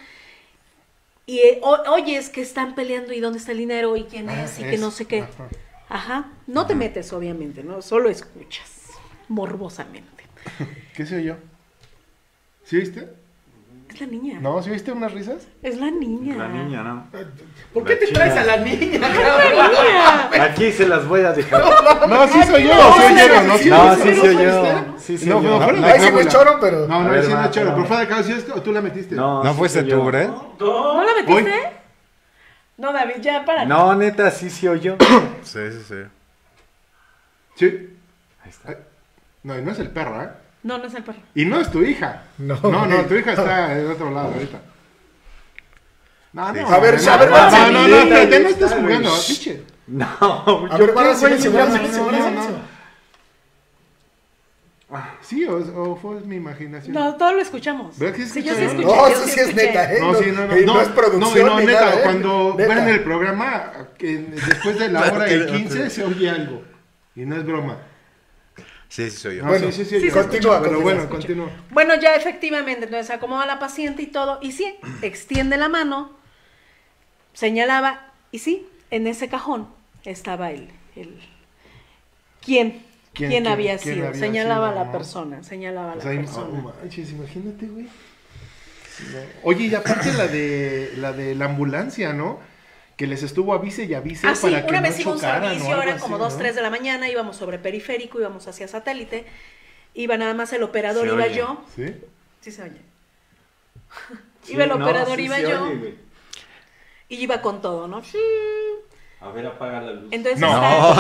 y oyes que están peleando y dónde está el dinero y quién es y que no sé qué. Ajá, no te metes, obviamente, ¿no? Solo escuchas, morbosamente. ¿Qué soy yo? ¿Sí viste? Es la niña. No, ¿sí viste unas risas? Es la niña. La niña, ¿no? ¿Por qué te traes a la niña? Aquí se las voy a dejar. No, sí soy yo, no, sí oyeron, ¿no? No, sí ¿sí soy oíste? yo. Sí soy No, yo. no, fuera de Ahí sí cábula. me choro, pero. No, A no, ver, sí no va, es choro. va. Por fuera de cábula, ¿sí es que tú la metiste? No, ¿No sí fuiste soy tú, yo. Brett? ¿No la Voy. metiste? No, David, ya para. No, neta, sí soy yo. Sí. Sí. Ahí está. No, y no es el perro, ¿eh? No, no es el perro. Y no es tu hija. No, No, güey. tu hija está en otro lado ahorita. No, no. A ver, no, a ver, no, va, no, sí, espérate, no ahí estés está, jugando, güey. pinche. No, A yo ver, qué, güey, silencio, ya silencio, no, silencio, no, silencio. Sí, o fue mi imaginación. No, todo lo escuchamos. ¿Verdad que sí Sí, yo sí escuché? escuché. No, yo eso sí es escuché. neta, ¿eh? No, sí, no, no. Y no es producción no, ni neta, nada, ¿eh? cuando Neta. ven el programa, después de la hora y 15 se oye algo. Y no es broma. Sí, soy yo. No, Bueno, sí, sí, yo continúa, escucho, pero continúa. bueno, continúa. Bueno, ya efectivamente, entonces acomoda a la paciente y todo, y sí, extiende la mano, señalaba, y sí, en ese cajón estaba ¿Quién había quién sido? había señalaba sido, a la ¿no? persona, señalaba a O la sea, persona. no manches, imagínate, güey. No. Oye, y aparte la de la ambulancia, ¿no? Que les estuvo avise y avise Ah, sí, para que una no vez iba un chocaran o servicio, algo eran así, como ¿no? 2, 3 de la mañana, íbamos sobre periférico, íbamos hacia satélite, iba nada más el operador, Se iba oye. yo. ¿Sí? Sí se oye. Sí, Iba el no, operador, sí iba se yo, oye, güey. y iba con todo, ¿no? A ver, apaga la luz. Entonces No.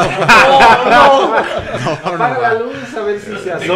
Apaga la luz a ver si se hace.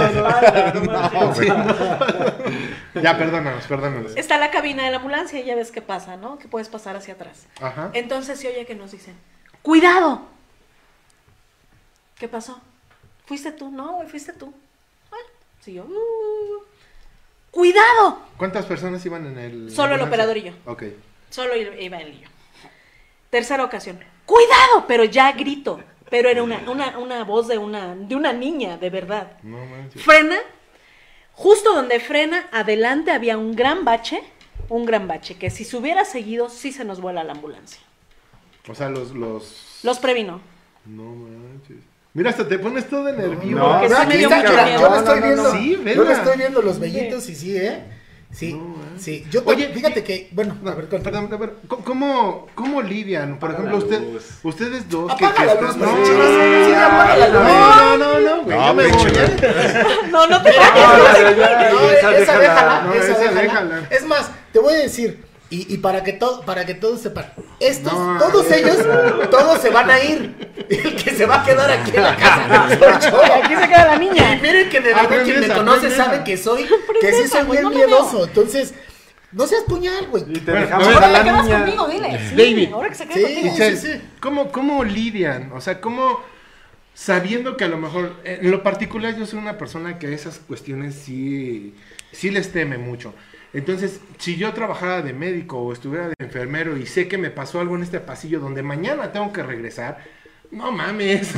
Ya, perdónanos. está la cabina de la ambulancia y ya ves qué pasa, ¿no? Que puedes pasar hacia atrás. Ajá. Entonces se oye que nos dicen, ¡cuidado! ¿Qué pasó? ¿Fuiste tú? No, güey, fuiste tú. Bueno, sí, yo. ¡Cuidado! ¿Cuántas personas iban en el Solo el ambulancia? operador y yo. Ok. Solo iba él y yo. Tercera ocasión. ¡Cuidado! Pero ya grito. Pero era una voz de una niña, de verdad. No manches. Frena. Justo donde frena, adelante había un gran bache, que si se hubiera seguido, sí se nos vuela la ambulancia. O sea, Los previno. No manches. Mira, hasta te pones todo nervioso. No, Porque sí Aquí me dio está, mucho mira, miedo. yo le estoy viendo, Sí, yo le vela. estoy viendo los vellitos y sí, ¿eh? Sí, No, sí. Yo, Oye, fíjate que, bueno, a ver, Perdón, a ver, ¿cómo lidian? Por Apaga ejemplo, la luz. ustedes dos Apaga la luz, no, pues, sí, apaga la luz. no, güey, No, yo me pinche voy, No, no te esa déjala. No, esa déjala. Es más, te voy a decir, y para que todos sepan, No, todos ellos, todos se van a ir. El que se va a quedar aquí en la casa soy yo. Aquí se queda la niña. Y miren que de verdad quien me conoce sabe que sí soy bien no me miedoso. Entonces, no seas puñal, güey. Y te Bueno, dejamos a ver, a Ahora la te quedas niña. conmigo, dile. Sí, David. ahora que se quede Sí. contigo. Itzel, sí. ¿cómo lidian? O sea, ¿cómo sabiendo que a lo mejor, en lo particular yo soy una persona que a esas cuestiones sí les teme mucho? Entonces, si yo trabajara de médico o estuviera de enfermero y sé que me pasó algo en este pasillo donde mañana tengo que regresar, no mames.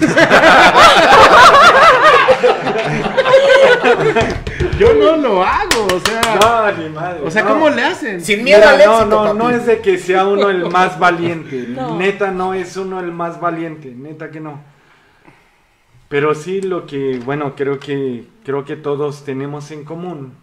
Yo no lo hago, o sea. No, ni madre. O sea, no. ¿cómo le hacen? Sin miedo Mira, al éxito, no papi. es de que sea uno el más valiente. No. Neta, no es uno el más valiente. Neta que no. Pero sí lo que, bueno, creo que todos tenemos en común.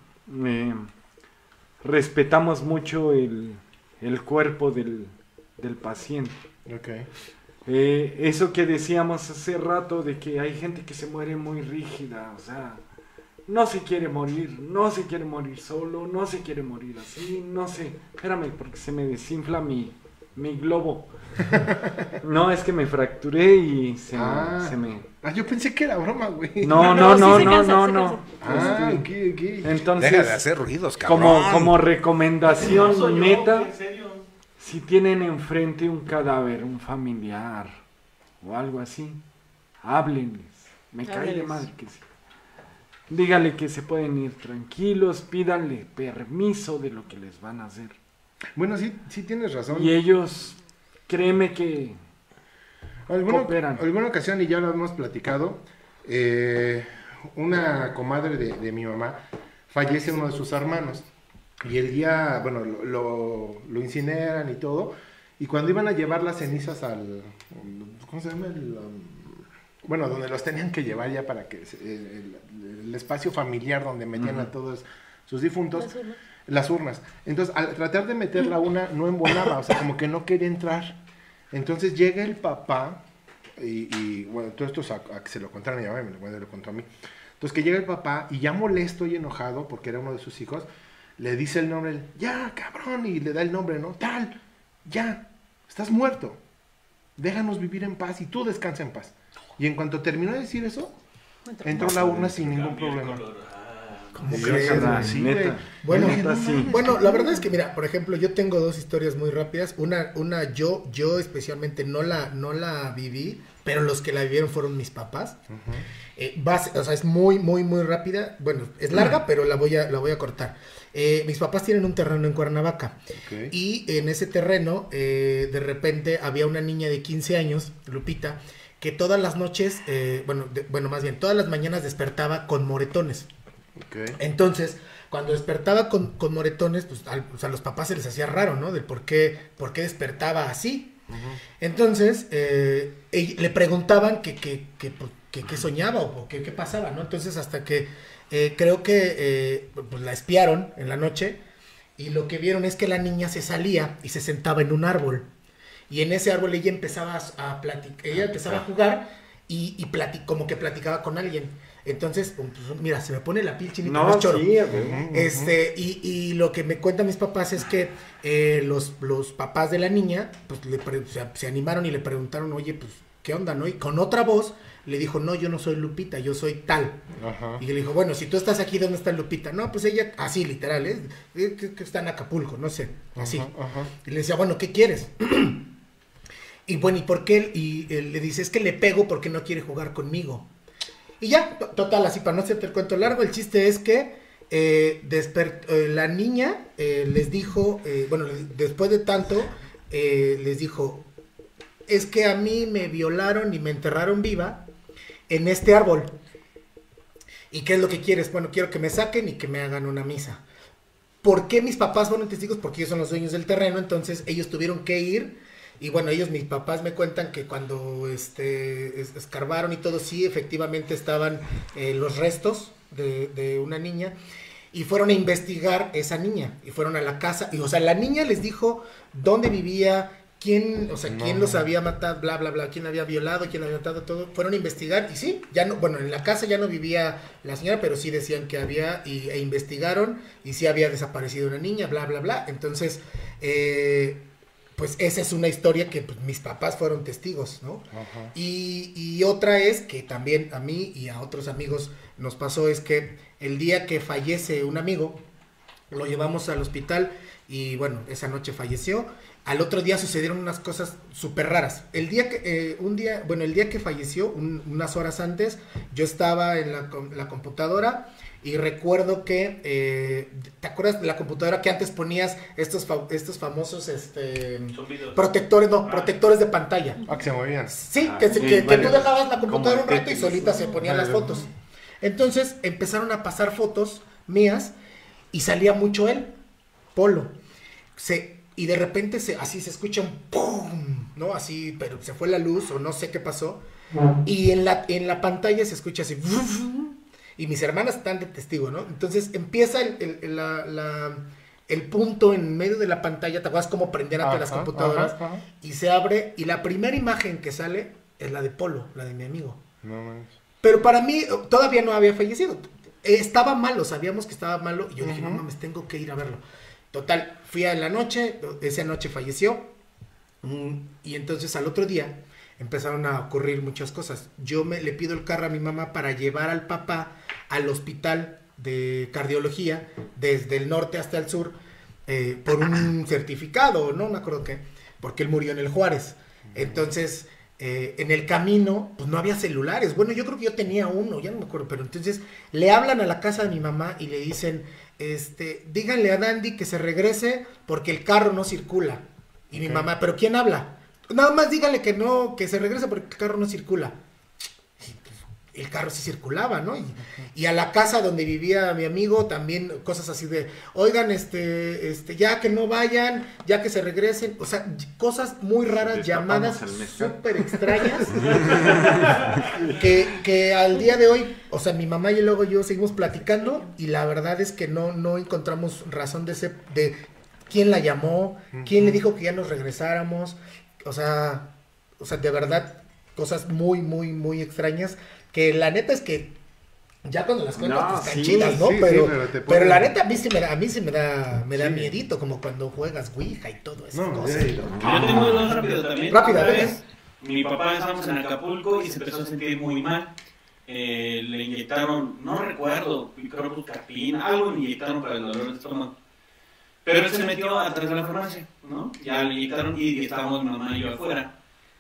Respetamos mucho el cuerpo del paciente. Okay. Eso que decíamos hace rato de que hay gente que se muere muy rígida, o sea, no se quiere morir solo, no se quiere morir así, no sé, espérame porque se me desinfla mi globo. No, es que me fracturé y se me... Ah, yo pensé que era broma, güey. No. sí se cansa. Ah, ok. Entonces, Deja de hacer ruidos, cabrón. como recomendación No soy yo, neta, en serio. si tienen enfrente un cadáver, un familiar o algo así, háblenles. Me cae de Háblenles. madre que sí. Dígale que se pueden ir tranquilos, pídanle permiso de lo que les van a hacer. Bueno, sí tienes razón. Y ellos, créeme que cooperan. Alguna ocasión, y ya lo hemos platicado, una comadre de mi mamá fallece uno de sus hermanos. Y el día, bueno, lo incineran y todo. Y cuando iban a llevar las cenizas al... ¿Cómo se llama? Bueno, donde los tenían que llevar ya para que... el espacio familiar donde metían a todos sus difuntos. Las urnas. Entonces, al tratar de meterla una, no embonaba. O sea, como que no quería entrar. Entonces llega el papá... Y bueno, todo esto se lo contaron a mi mamá y me lo contó a mí. Entonces que llega el papá y ya molesto y enojado porque era uno de sus hijos, le dice el nombre, ya cabrón, y le da el nombre, ¿no? Tal, ya, estás muerto, déjanos vivir en paz y tú descansa en paz. Y en cuanto terminó de decir eso, entró a la urna sin ningún problema. ¿Cómo Sí, crees, carnal, güey? sí, neta. güey. Bueno, Neta, sí. bueno, la verdad es que mira, por ejemplo, yo tengo dos historias muy rápidas. Una yo especialmente no la viví, pero los que la vivieron fueron mis papás. O sea, es muy rápida. Bueno, es larga, pero la voy a cortar. Mis papás tienen un terreno en Cuernavaca. Okay. Y en ese terreno, de repente, había una niña de 15 años, Lupita, que todas las noches, más bien, todas las mañanas despertaba con moretones. Okay. Entonces, cuando despertaba con moretones, pues a los papás se les hacía raro, ¿no? Del por qué despertaba así. Entonces, le preguntaban qué soñaba o qué pasaba, ¿no? Entonces, hasta que creo que pues la espiaron en la noche y lo que vieron es que la niña se salía y se sentaba en un árbol. Y en ese árbol ella empezaba a platicar, ella empezaba a jugar y como que platicaba con alguien. Entonces, pues, mira, se me pone la piel chinita. No, choro. sí, güey. Y lo que me cuentan mis papás es que los papás de la niña, pues se animaron y le preguntaron, oye, pues, ¿qué onda, no? Y con otra voz le dijo, no, yo no soy Lupita, yo soy tal. Ajá. Y le dijo, bueno, si tú estás aquí, ¿dónde está Lupita? No, pues ella, así literal, que está en Acapulco, no sé, así. Ajá. Y le decía, bueno, ¿qué quieres? Y bueno, ¿y por qué? Y él le dice, es que le pego porque no quiere jugar conmigo. Y ya, total, así para no hacerte el cuento largo, el chiste es que la niña les dijo, después de tanto, les dijo, es que a mí me violaron y me enterraron viva en este árbol. ¿Y qué es lo que quieres? Bueno, quiero que me saquen y que me hagan una misa. ¿Por qué mis papás fueron testigos? Porque ellos son los dueños del terreno, entonces ellos tuvieron que ir. Y bueno, mis papás me cuentan que cuando escarbaron y todo, sí, efectivamente estaban los restos de una niña. y fueron a investigar esa niña, y fueron a la casa, y o sea, la niña les dijo dónde vivía, quién, o sea, quién los había matado, bla, bla, bla, quién había violado, quién había matado, todo. Fueron a investigar y sí, ya no, bueno, en la casa ya no vivía la señora, pero sí decían que había, e investigaron y sí había desaparecido una niña, bla, bla, bla. Entonces, pues esa es una historia que pues, mis papás fueron testigos, ¿no? Ajá. Y otra es que también a mí y a otros amigos nos pasó, es que el día que fallece un amigo, lo llevamos al hospital y bueno, esa noche falleció. Al otro día sucedieron unas cosas súper raras. El día que falleció, unas horas antes, yo estaba en la computadora y recuerdo que, ¿te acuerdas de la computadora que antes ponías estos famosos protectores de pantalla? Ah, que se movían. Sí, que tú dejabas la computadora un rato y solita se ponían las fotos. Entonces empezaron a pasar fotos mías y salía mucho él, Polo. Y de repente así se escucha un ¡pum! ¿No? Así, pero se fue la luz o no sé qué pasó. Y en la pantalla se escucha así. Y mis hermanas están de testigo, ¿no? Entonces empieza el punto en medio de la pantalla. ¿Te acuerdas cómo prendían antes las computadoras? Ajá. Y se abre. Y la primera imagen que sale es la de Polo, la de mi amigo. No mames. Pero para mí todavía no había fallecido. Estaba malo, sabíamos que estaba malo. Y yo dije, no mames, tengo que ir a verlo. Total, fui a la noche, esa noche falleció, y entonces al otro día empezaron a ocurrir muchas cosas. Yo le pido el carro a mi mamá para llevar al papá al hospital de cardiología, desde el norte hasta el sur, por un certificado, no me acuerdo qué, porque él murió en el Juárez. Entonces, en el camino, pues no había celulares. Bueno, yo creo que yo tenía uno, ya no me acuerdo, pero entonces le hablan a la casa de mi mamá y le dicen... díganle a Dandy que se regrese porque el carro no circula. Y mi mamá, ¿pero quién habla? Nada más díganle que no, que se regrese porque el carro no circula. El carro sí circulaba, ¿no? Y a la casa donde vivía mi amigo también cosas así de, oigan, ya que no vayan, ya que se regresen, o sea, cosas muy raras, llamadas súper extrañas, que al día de hoy, o sea, mi mamá y luego yo seguimos platicando y la verdad es que no encontramos razón de quién la llamó, quién le dijo que ya nos regresáramos, o sea, de verdad, cosas muy, muy, muy extrañas. Que la neta es que ya cuando las cuentas pues están chidas, ¿no? Sí, pero la neta a mí sí me da miedito, como cuando juegas Ouija y todo eso. Yo tengo dos rápido también. Rápida, vez, mi papá estábamos en Acapulco y se empezó a sentir muy mal. Le inyectaron, no recuerdo, creo que capina, algo le inyectaron para el dolor de estómago. Pero él se metió atrás de la farmacia, ¿no? Ya le inyectaron y estábamos mi mamá y yo afuera.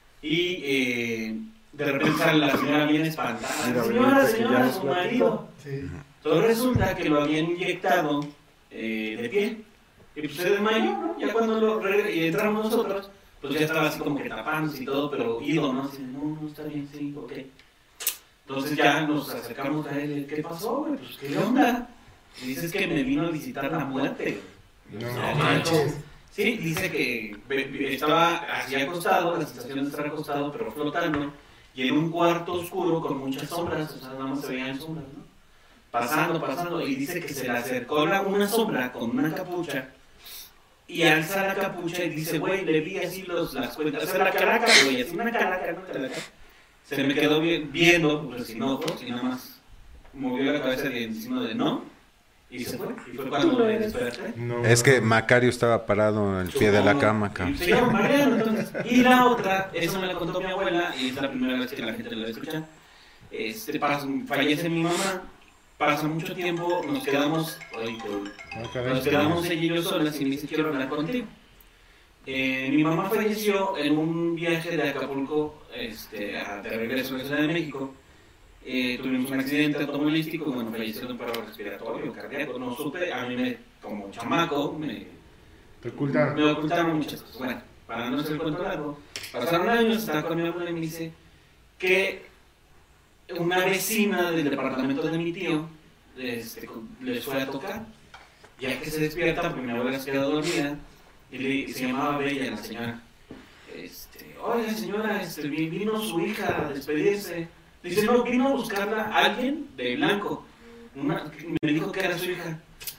Y de repente sale la señora bien espantada. Señora, su marido. Sí. Entonces resulta que lo habían inyectado de pie. Y pues se desmayó, ¿no? Ya cuando entramos nosotros, pues ya estaba así como que tapándose y todo, pero ido, ¿no? Así, no, está bien, sí, ok. Entonces ya nos acercamos a él. ¿Qué pasó, güey? Pues, ¿qué onda? Y dices que me vino a visitar la muerte. No manches. Sí, dice que estaba así acostado, la sensación de estar acostado, pero flotando. Y en un cuarto oscuro con muchas sombras, o sea, nada más se veían sombras, ¿no? Pasando, y dice que se le acercó una sombra con una capucha, y alza la capucha y dice, güey, le vi así las cuentas, o sea, la calaca, güey, así una calaca, ¿no? Se me quedó viendo, pues sin ojos, y nada más movió la cabeza diciendo de no, y se fue, y fue cuando me desperté. No. Es que Macario estaba parado al pie de la cama, cabrón. Y la otra, eso me la contó mi abuela, y es la primera vez que la gente la escucha. Fallece mi mamá, pasa mucho tiempo, nos quedamos ella y yo solas y me dice, quiero hablar contigo. Mi mamá falleció en un viaje de Acapulco de regreso a la Ciudad de México. Tuvimos un accidente automovilístico, bueno, falleció de un paro respiratorio, cardíaco, no supe, a mí como chamaco, me ocultaron muchas cosas. Bueno, para no hacer el cuento largo, pasaron años, estaba con mi abuela y me dice que una vecina del departamento de mi tío les fue a tocar, ya que se despierta, porque mi abuela se quedó dormida, y se llamaba Bella la señora. Oiga señora, vino su hija a despedirse. Dice, no, vino a buscarla alguien de blanco. Me dijo que era su hija.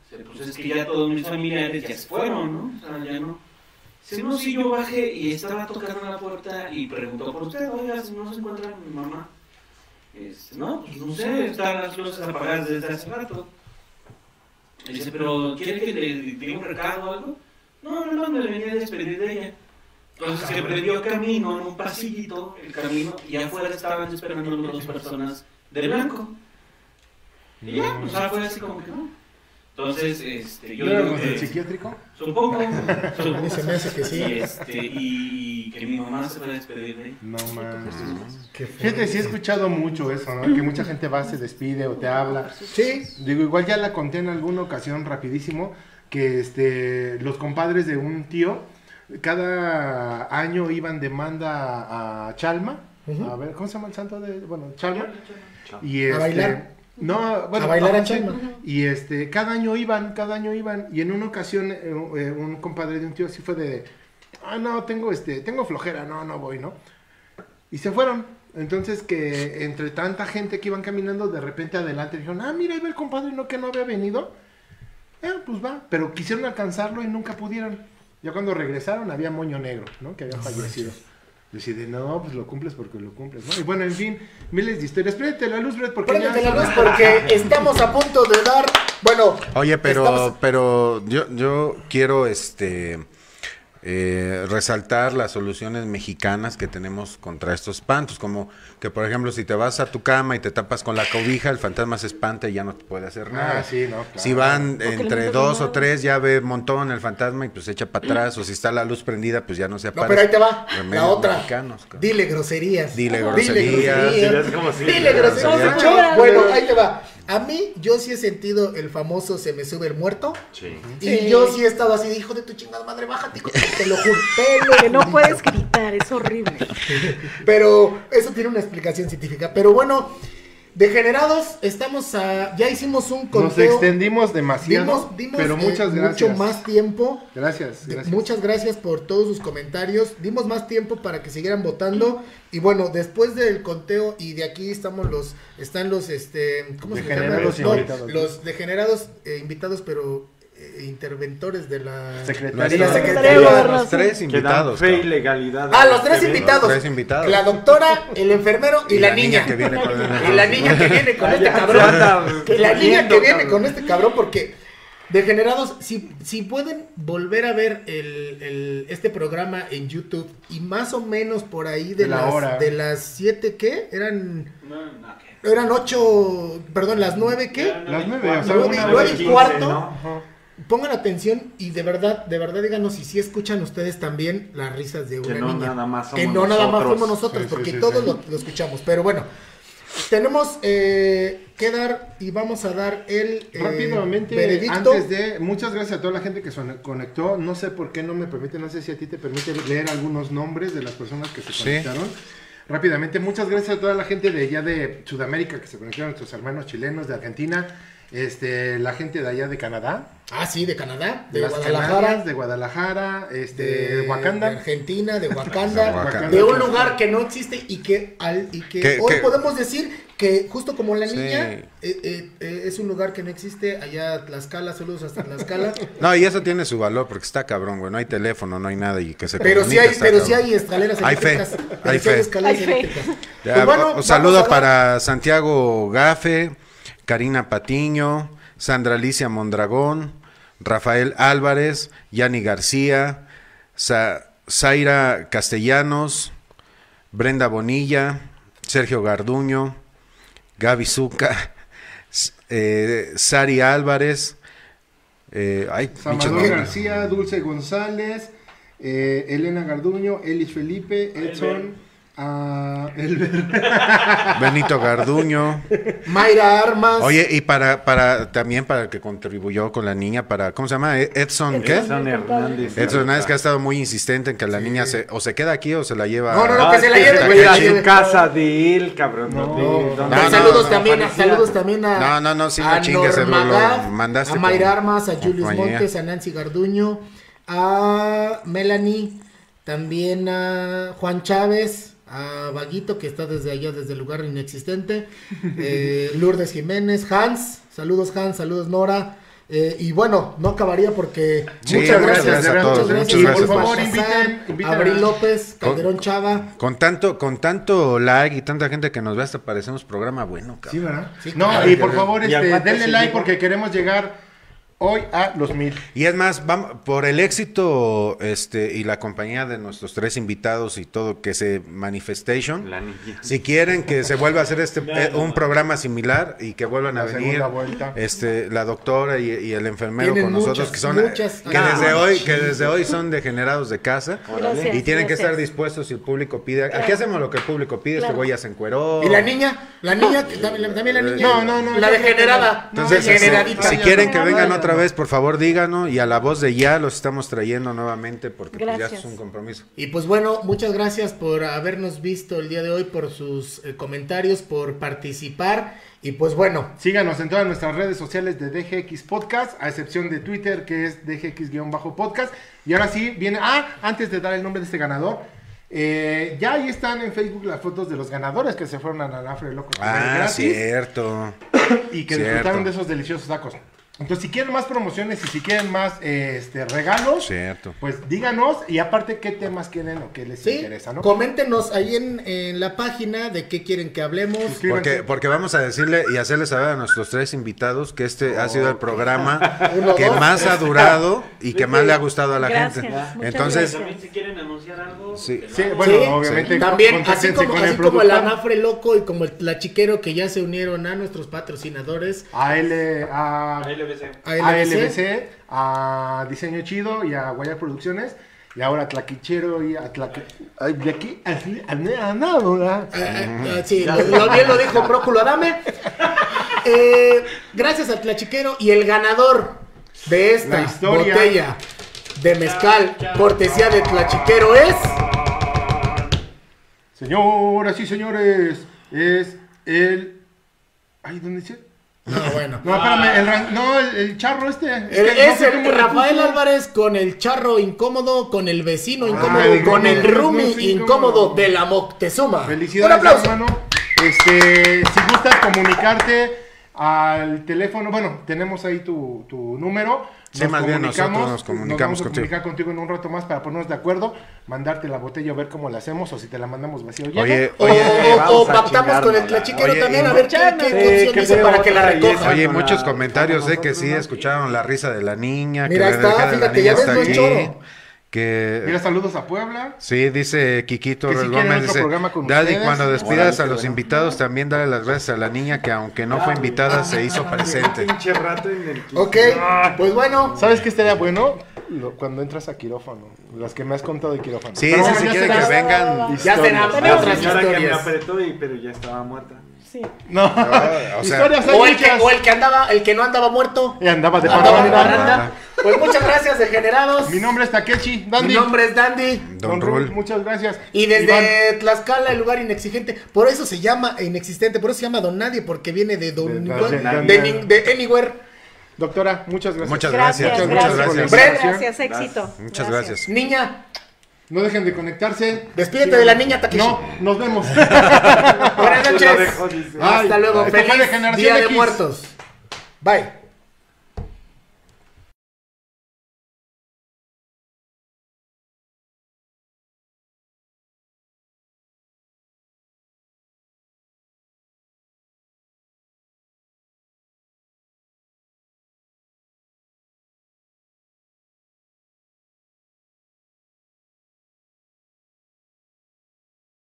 Pues es que ya todos mis familiares ya se fueron, ¿no? O sea, ya no. Dice, no, sí, yo bajé y estaba tocando la puerta y preguntó por usted, oiga, si no se encuentra mi mamá. No, pues no sé, están las luces apagadas desde hace rato. Dice, pero ¿quiere que le diga un recado o algo? No, me venía a despedir de ella. Entonces se prendió camino en un pasillito, el camino, y afuera estaban esperando 2 personas de blanco. Y ya, o sea, fue así como que no. Entonces, yo ¿Era digo los del que... psiquiátrico? Supongo. Se me hace que sí. Y que mi mamá se va a despedir de ella. No mames. Fíjate, sí he escuchado mucho eso, ¿no? Que mucha gente va, se despide o te habla. Sí. Digo, igual ya la conté en alguna ocasión rapidísimo, que los compadres de un tío, cada año iban de manda a Chalma. A ver, ¿cómo se llama el santo de...? Bueno, Chalma. Y A bailar. No, bueno, a bailar a sí. Chalma. Y cada año iban, y en una ocasión un compadre de un tío sí fue de, no, tengo flojera, no voy, ¿no? Y se fueron. Entonces que entre tanta gente que iban caminando, de repente adelante dijeron, mira, ahí va el compadre, no, que no había venido. Pues va, pero quisieron alcanzarlo y nunca pudieron. Ya cuando regresaron había moño negro, ¿no? Que había fallecido. Decide, no, pues lo cumples porque lo cumples, ¿no? Y bueno, en fin, miles de historias. Préndete la luz, Brett, porque Préndete la luz porque estamos a punto de dar, bueno... Oye, pero yo quiero resaltar las soluciones mexicanas que tenemos contra estos espantos, como que por ejemplo si te vas a tu cama y te tapas con la cobija, el fantasma se espanta y ya no te puede hacer nada. Sí, no, claro. Si van entre 2 o 3 ya ve un montón el fantasma y pues se echa para atrás, o si está la luz prendida pues ya no se aparece. No, pero ahí te va, Remedios la otra. mexicanos, Dile groserías. Dile groserías. Dile groserías. Bueno, ahí te va. A mí, yo sí he sentido el famoso se me sube el muerto. Sí. Y yo sí he estado así de hijo de tu chingada madre, bájate. Te lo juro. Que no puedes gritar, es horrible. Pero eso tiene una explicación científica. Pero bueno, degenerados, ya hicimos un conteo. Nos extendimos demasiado, dimos, pero muchas gracias. Mucho más tiempo. Gracias. Muchas gracias por todos sus comentarios. Dimos más tiempo para que siguieran votando. Y bueno, después del conteo y de aquí están los ¿cómo se llama? Los degenerados invitados, pero interventores de la Secretaría. Secretaría. 3 invitados. Fe y legalidad. Los 3 invitados. Los 3 invitados. La doctora, el enfermero y la niña. Que viene con Y la niña que viene con este cabrón. La niña que viene con este cabrón porque degenerados, si pueden volver a ver este programa en YouTube y más o menos por ahí de las 7, ¿qué? Eran 8, perdón, las 9, ¿qué? Las 9, 9 y cuarto. ¿no? Pongan atención y de verdad díganos si escuchan ustedes también las risas de una niña. Que no nada más somos nosotros, porque todos lo escuchamos. Pero bueno, tenemos que dar y vamos a dar el rápidamente veredicto. Muchas gracias a toda la gente que se conectó. No sé por qué no me permite, no sé si a ti te permite leer algunos nombres de las personas que se conectaron. Rápidamente, muchas gracias a toda la gente de allá de Sudamérica que se conectaron, nuestros hermanos chilenos de Argentina, la gente de allá de Canadá. Sí, de Canadá, de las Guadalajara, de Guadalajara, de Wakanda, de Argentina, de Wakanda, de un lugar que no existe y que hoy podemos decir que justo como la niña es un lugar que no existe allá Tlaxcala, saludos hasta Tlaxcala. No, y eso tiene su valor porque está cabrón, güey, no hay teléfono, no hay nada y que se pero sí hay escaleras eléctricas. Hay fe. Pues bueno, un saludo para Santiago Gafe, Karina Patiño, Sandra Alicia Mondragón, Rafael Álvarez, Yani García, Zaira Castellanos, Brenda Bonilla, Sergio Garduño, Gaby Zuca, Sari Álvarez, Salvador García, Dulce González, Elena Garduño, Elis Felipe, Edson, Benito Garduño, Mayra Armas. Oye, y también para el que contribuyó con la niña, ¿cómo se llama? Edson, ¿qué? Edson Hernández. Edson Hernández, que ha estado muy insistente en que la niña se queda aquí o se la lleva. No, que se la lleve. A su casa de él, cabrón. Saludos también a No, sí, no chingues, lo mandaste. A Mayra Armas, a Julius Montes, a Nancy Garduño, a Melanie, también a Juan Chávez, a Vaguito, que está desde allá, desde el lugar inexistente, Lourdes Jiménez, Hans, saludos Nora, Y bueno, no acabaría porque Sí, muchas gracias a todos, muchas Y gracias. por favor, Inviten a Abril López, Calderón Chava. Con tanto like y tanta gente que nos ve, hasta parecemos programa bueno, cabrón. Sí, ¿verdad? Sí, No, claro. y por favor, ¿Y a cuántos denle se like llegó? porque queremos llegar hoy a los 1000. Y es más, vamos, por el éxito y la compañía de nuestros 3 invitados y todo, que se Manifestation, La niña. si quieren que se vuelva a hacer un programa similar y que vuelvan a La venir segunda vuelta. la doctora y el enfermero Tienen con nosotros, muchas, que son muchas- que desde hoy son degenerados de casa Gracias, y tienen que gracias. estar dispuestos si el público pide. Aquí hacemos lo que el público pide, Claro. este güey ya se encueró. Y la niña, también la niña. No, La degenerada. Entonces, degeneradita. si quieren que vengan otra vez, por favor díganos, y a la voz de ya los estamos trayendo nuevamente porque pues, ya Gracias. es un compromiso. Y pues bueno, muchas gracias por habernos visto el día de hoy, por sus comentarios, por participar. Y pues bueno, Síganos en todas nuestras redes sociales de DGX Podcast, a excepción de Twitter, que es DGX-podcast. Y ahora sí, viene... antes de dar el nombre de este ganador, ya ahí están en Facebook las fotos de los ganadores que se fueron a Nanafre Loco. gratis, Cierto. y que cierto. disfrutaron de esos deliciosos tacos. Entonces, si quieren más promociones y si quieren más regalos, Cierto. pues díganos. Y aparte, ¿qué temas quieren o qué les sí, interesa, no? coméntenos ahí en la página de qué quieren que hablemos. Suscríbanse. Porque vamos a decirle y hacerle saber a nuestros 3 invitados que este ha sido el programa Uno, que dos. más ha durado y que más le ha gustado a la Gracias, gente. muchas Entonces, También si quieren anunciar algo. Sí. que lo Sí, hagan. bueno, Sí, obviamente. También, contáctense así con como el productor. Anafre Loco y como el Tlachiquero, que ya se unieron a nuestros patrocinadores. A LBC. LBC, a Diseño Chido y a Guayar Producciones. Y ahora a Tlaquichero y a Ay, de aquí a nada. Sí, bien lo dijo Próculo Adame. Gracias al Tlachiquero y el ganador de esta La historia. botella de mezcal cortesía de Tlachiquero es... Señoras y señores, es el... Ay, ¿dónde dice? No, bueno. No, espérame, el charro este. Es no sé cómo el le Rafael puso. Álvarez con el charro incómodo, con el vecino incómodo, el con roomie, el el roomie roomie incómodo incómodo de la Moctezuma. Felicidades, Un aplauso. hermano. Si gustas comunicarte al teléfono, bueno, tenemos ahí tu número. Sí, más bien nosotros nos comunicamos vamos a contigo. comunicar contigo en un rato más para ponernos de acuerdo, mandarte la botella, ver cómo la hacemos o si te la mandamos vacío. Oye, O vamos a pactamos con el chingárnosla. Tlachiquero Oye, también y a ver qué opción que dice para que la podemos recoja. Oye, con la- muchos comentarios con que sí nosotros, ¿no? escucharon la risa de la niña, Mira, que la está, energía de la fíjate, niña ya ves, está no es aquí, choro. Mira, que saludos a Puebla. sí, dice Kikito Que si Gómez, quieren otro dice, programa con Daddy, ustedes. cuando despidas Órale, a qué los bueno. invitados, también dale las gracias a la niña que aunque no fue invitada, se hizo presente. Pinche rato en el que- Ok, pues bueno. ¿Sabes qué estaría bueno? Cuando entras a quirófano. Las que me has contado de quirófano. Sí, Pero sí, bueno, si ya quieren será- que vengan. Ya Historias. serán La otras señora que me historias. apretó pero ya estaba muerta. Sí. No, o sea, historias hay O el que, muchas. o el que andaba, el que no andaba muerto. Y andaba de Andaba de parranda. parranda. Pues muchas gracias, degenerados. Mi nombre es Takechi, Dandy. Mi nombre es Dandy. Don Rul, Rul. muchas gracias. Y Iván, desde Tlaxcala, el lugar inexistente. Por eso se llama inexistente, por eso se llama Don Nadie, porque viene de Don de Anywhere. doctora, muchas gracias. Muchas gracias, Muchas muchas gracias. gracias. Brett. Gracias, éxito. Muchas gracias. Niña, No dejen de conectarse. despídete de la niña Takeshi. No, nos vemos. Buenas Lo noches. dejó, dice. Hasta luego. Esto fue de Feliz Generación Día de X. Muertos. Bye.